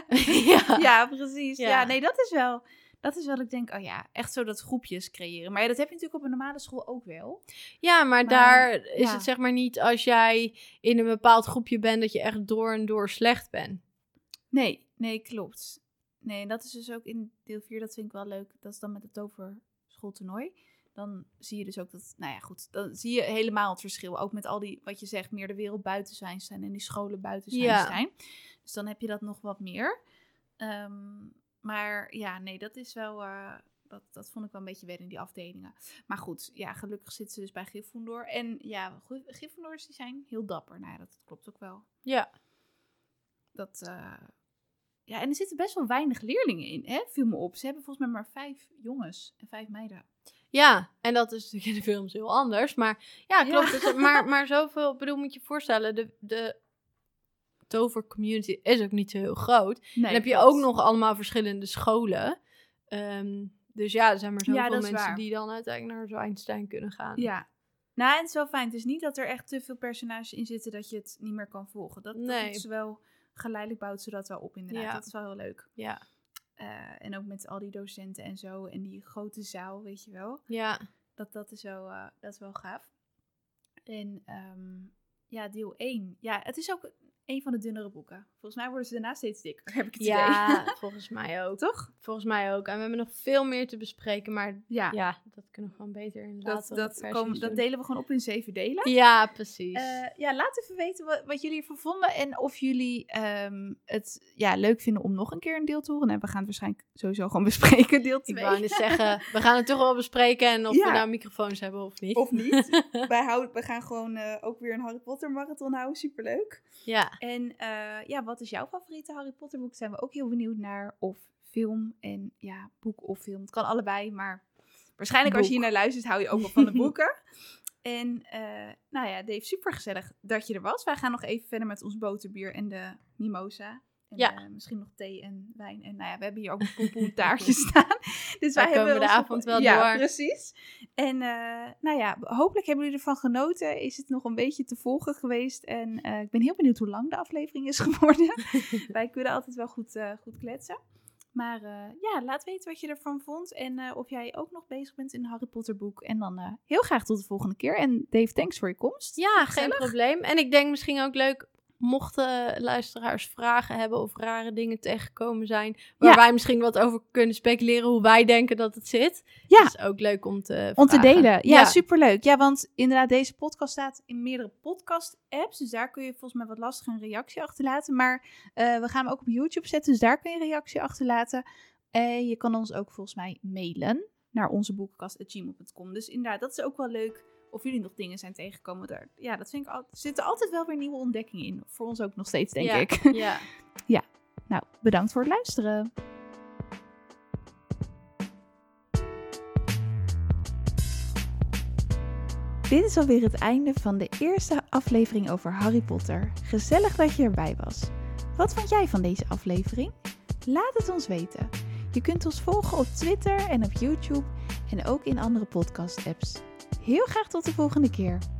ja. Ja, precies. Ja. Ja. nee, dat is wel, dat is wel, ik denk, oh ja, echt zo dat groepjes creëren. Maar ja, dat heb je natuurlijk op een normale school ook wel. Ja, maar, Maar, daar is ja. het zeg maar niet als jij in een bepaald groepje bent dat je echt door en door slecht bent. Nee, nee, klopt. Nee, en dat is dus ook in deel vier, dat vind ik wel leuk. Dat is dan met het toverschooltoernooi. Dan zie je dus ook dat, nou ja, goed, dan zie je helemaal het verschil. Ook met al die, wat je zegt, meer de wereld buiten zijn zijn en die scholen buiten zijn Ja. zijn. Dus dan heb je dat nog wat meer. Um, maar ja, nee, dat is wel, uh, dat, dat vond ik wel een beetje wennen in die afdelingen. Maar goed, ja, gelukkig zitten ze dus bij Gryffindor. En ja, Gry- Gryffindors die zijn heel dapper. Nou ja, dat klopt ook wel. Ja. Dat, uh, ja, en er zitten best wel weinig leerlingen in, hè? Viel me op. Ze hebben volgens mij maar vijf jongens en vijf meiden. Ja, en dat is natuurlijk in de films heel anders. Maar ja, klopt. Ja. Dus, maar, maar zoveel, ik bedoel, moet je je voorstellen, de, de tovercommunity is ook niet zo heel groot. Nee, Dan heb je klopt. ook nog allemaal verschillende scholen. Um, dus ja, er zijn maar zoveel Ja, dat is mensen waar. die dan uiteindelijk naar Zwijnstein kunnen gaan. Ja. Nou, en het is wel fijn. Het is niet dat er echt te veel personages in zitten dat je het niet meer kan volgen. Dat, dat Nee. is wel, geleidelijk bouwt ze dat wel op inderdaad. Ja. Dat is wel heel leuk. Ja. Uh, en ook met al die docenten en zo. En die grote zaal, weet je wel. Ja. Dat, dat, is, wel, uh, dat is wel gaaf. En um, ja, deel één. Ja, het is ook... een van de dunnere boeken. Volgens mij worden ze daarna steeds dikker, heb ik het ja, idee. volgens mij ook. Toch? Volgens mij ook. En we hebben nog veel meer te bespreken, maar ja, ja dat kunnen we gewoon beter in later dat, dat, komen, dat delen we gewoon op in zeven delen. Ja, precies. Uh, ja, laat even weten wat, wat jullie ervan vonden en of jullie um, het ja, leuk vinden om nog een keer een deel te horen. En we gaan het waarschijnlijk sowieso gewoon bespreken, deel twee. Ik wou net zeggen, we gaan het toch wel bespreken en of ja. we nou microfoons hebben of niet. Of niet. Wij houden, we gaan gewoon uh, ook weer een Harry Potter marathon houden, superleuk. Ja. En uh, ja, wat is jouw favoriete Harry Potter boek? Zijn we ook heel benieuwd naar. Of film en ja, boek of film. Het kan allebei, maar waarschijnlijk boek. Als je hier naar luistert, hou je ook wel van de boeken. En uh, nou ja, Dave, super gezellig dat je er was. Wij gaan nog even verder met ons boterbier en de mimosa. En ja. uh, misschien nog thee en wijn. En nou ja, we hebben hier ook een pompoentaartje staan. Dus wij, wij komen hebben de avond wel ja, door. Ja, precies. En uh, nou ja, hopelijk hebben jullie ervan genoten. Is het nog een beetje te volgen geweest. En uh, ik ben heel benieuwd hoe lang de aflevering is geworden. Wij kunnen altijd wel goed, uh, goed kletsen. Maar uh, ja, laat weten wat je ervan vond. En uh, of jij ook nog bezig bent in een Harry Potter boek. En dan uh, heel graag tot de volgende keer. En Dave, thanks voor je komst. Ja, geen probleem. En ik denk misschien ook leuk, mochten luisteraars vragen hebben of rare dingen tegengekomen zijn, waar ja. wij misschien wat over kunnen speculeren, hoe wij denken dat het zit. Ja. Dat is ook leuk om te Om vragen. te delen. Ja, ja, superleuk. Ja, want inderdaad, deze podcast staat in meerdere podcast-apps. Dus daar kun je volgens mij wat lastig een reactie achterlaten. Maar uh, we gaan hem ook op YouTube zetten, dus daar kun je een reactie achterlaten. En uh, je kan ons ook volgens mij mailen naar onzeboekenkast at gmail dot com. Dus inderdaad, dat is ook wel leuk. Of jullie nog dingen zijn tegengekomen daar. Ja, dat vind ik al, er zitten altijd wel weer nieuwe ontdekkingen in. Voor ons ook nog steeds, denk ja, ik. Ja. Ja, nou, bedankt voor het luisteren. Dit is alweer het einde van de eerste aflevering over Harry Potter. Gezellig dat je erbij was. Wat vond jij van deze aflevering? Laat het ons weten. Je kunt ons volgen op Twitter en op YouTube en ook in andere podcast-apps. Heel graag tot de volgende keer.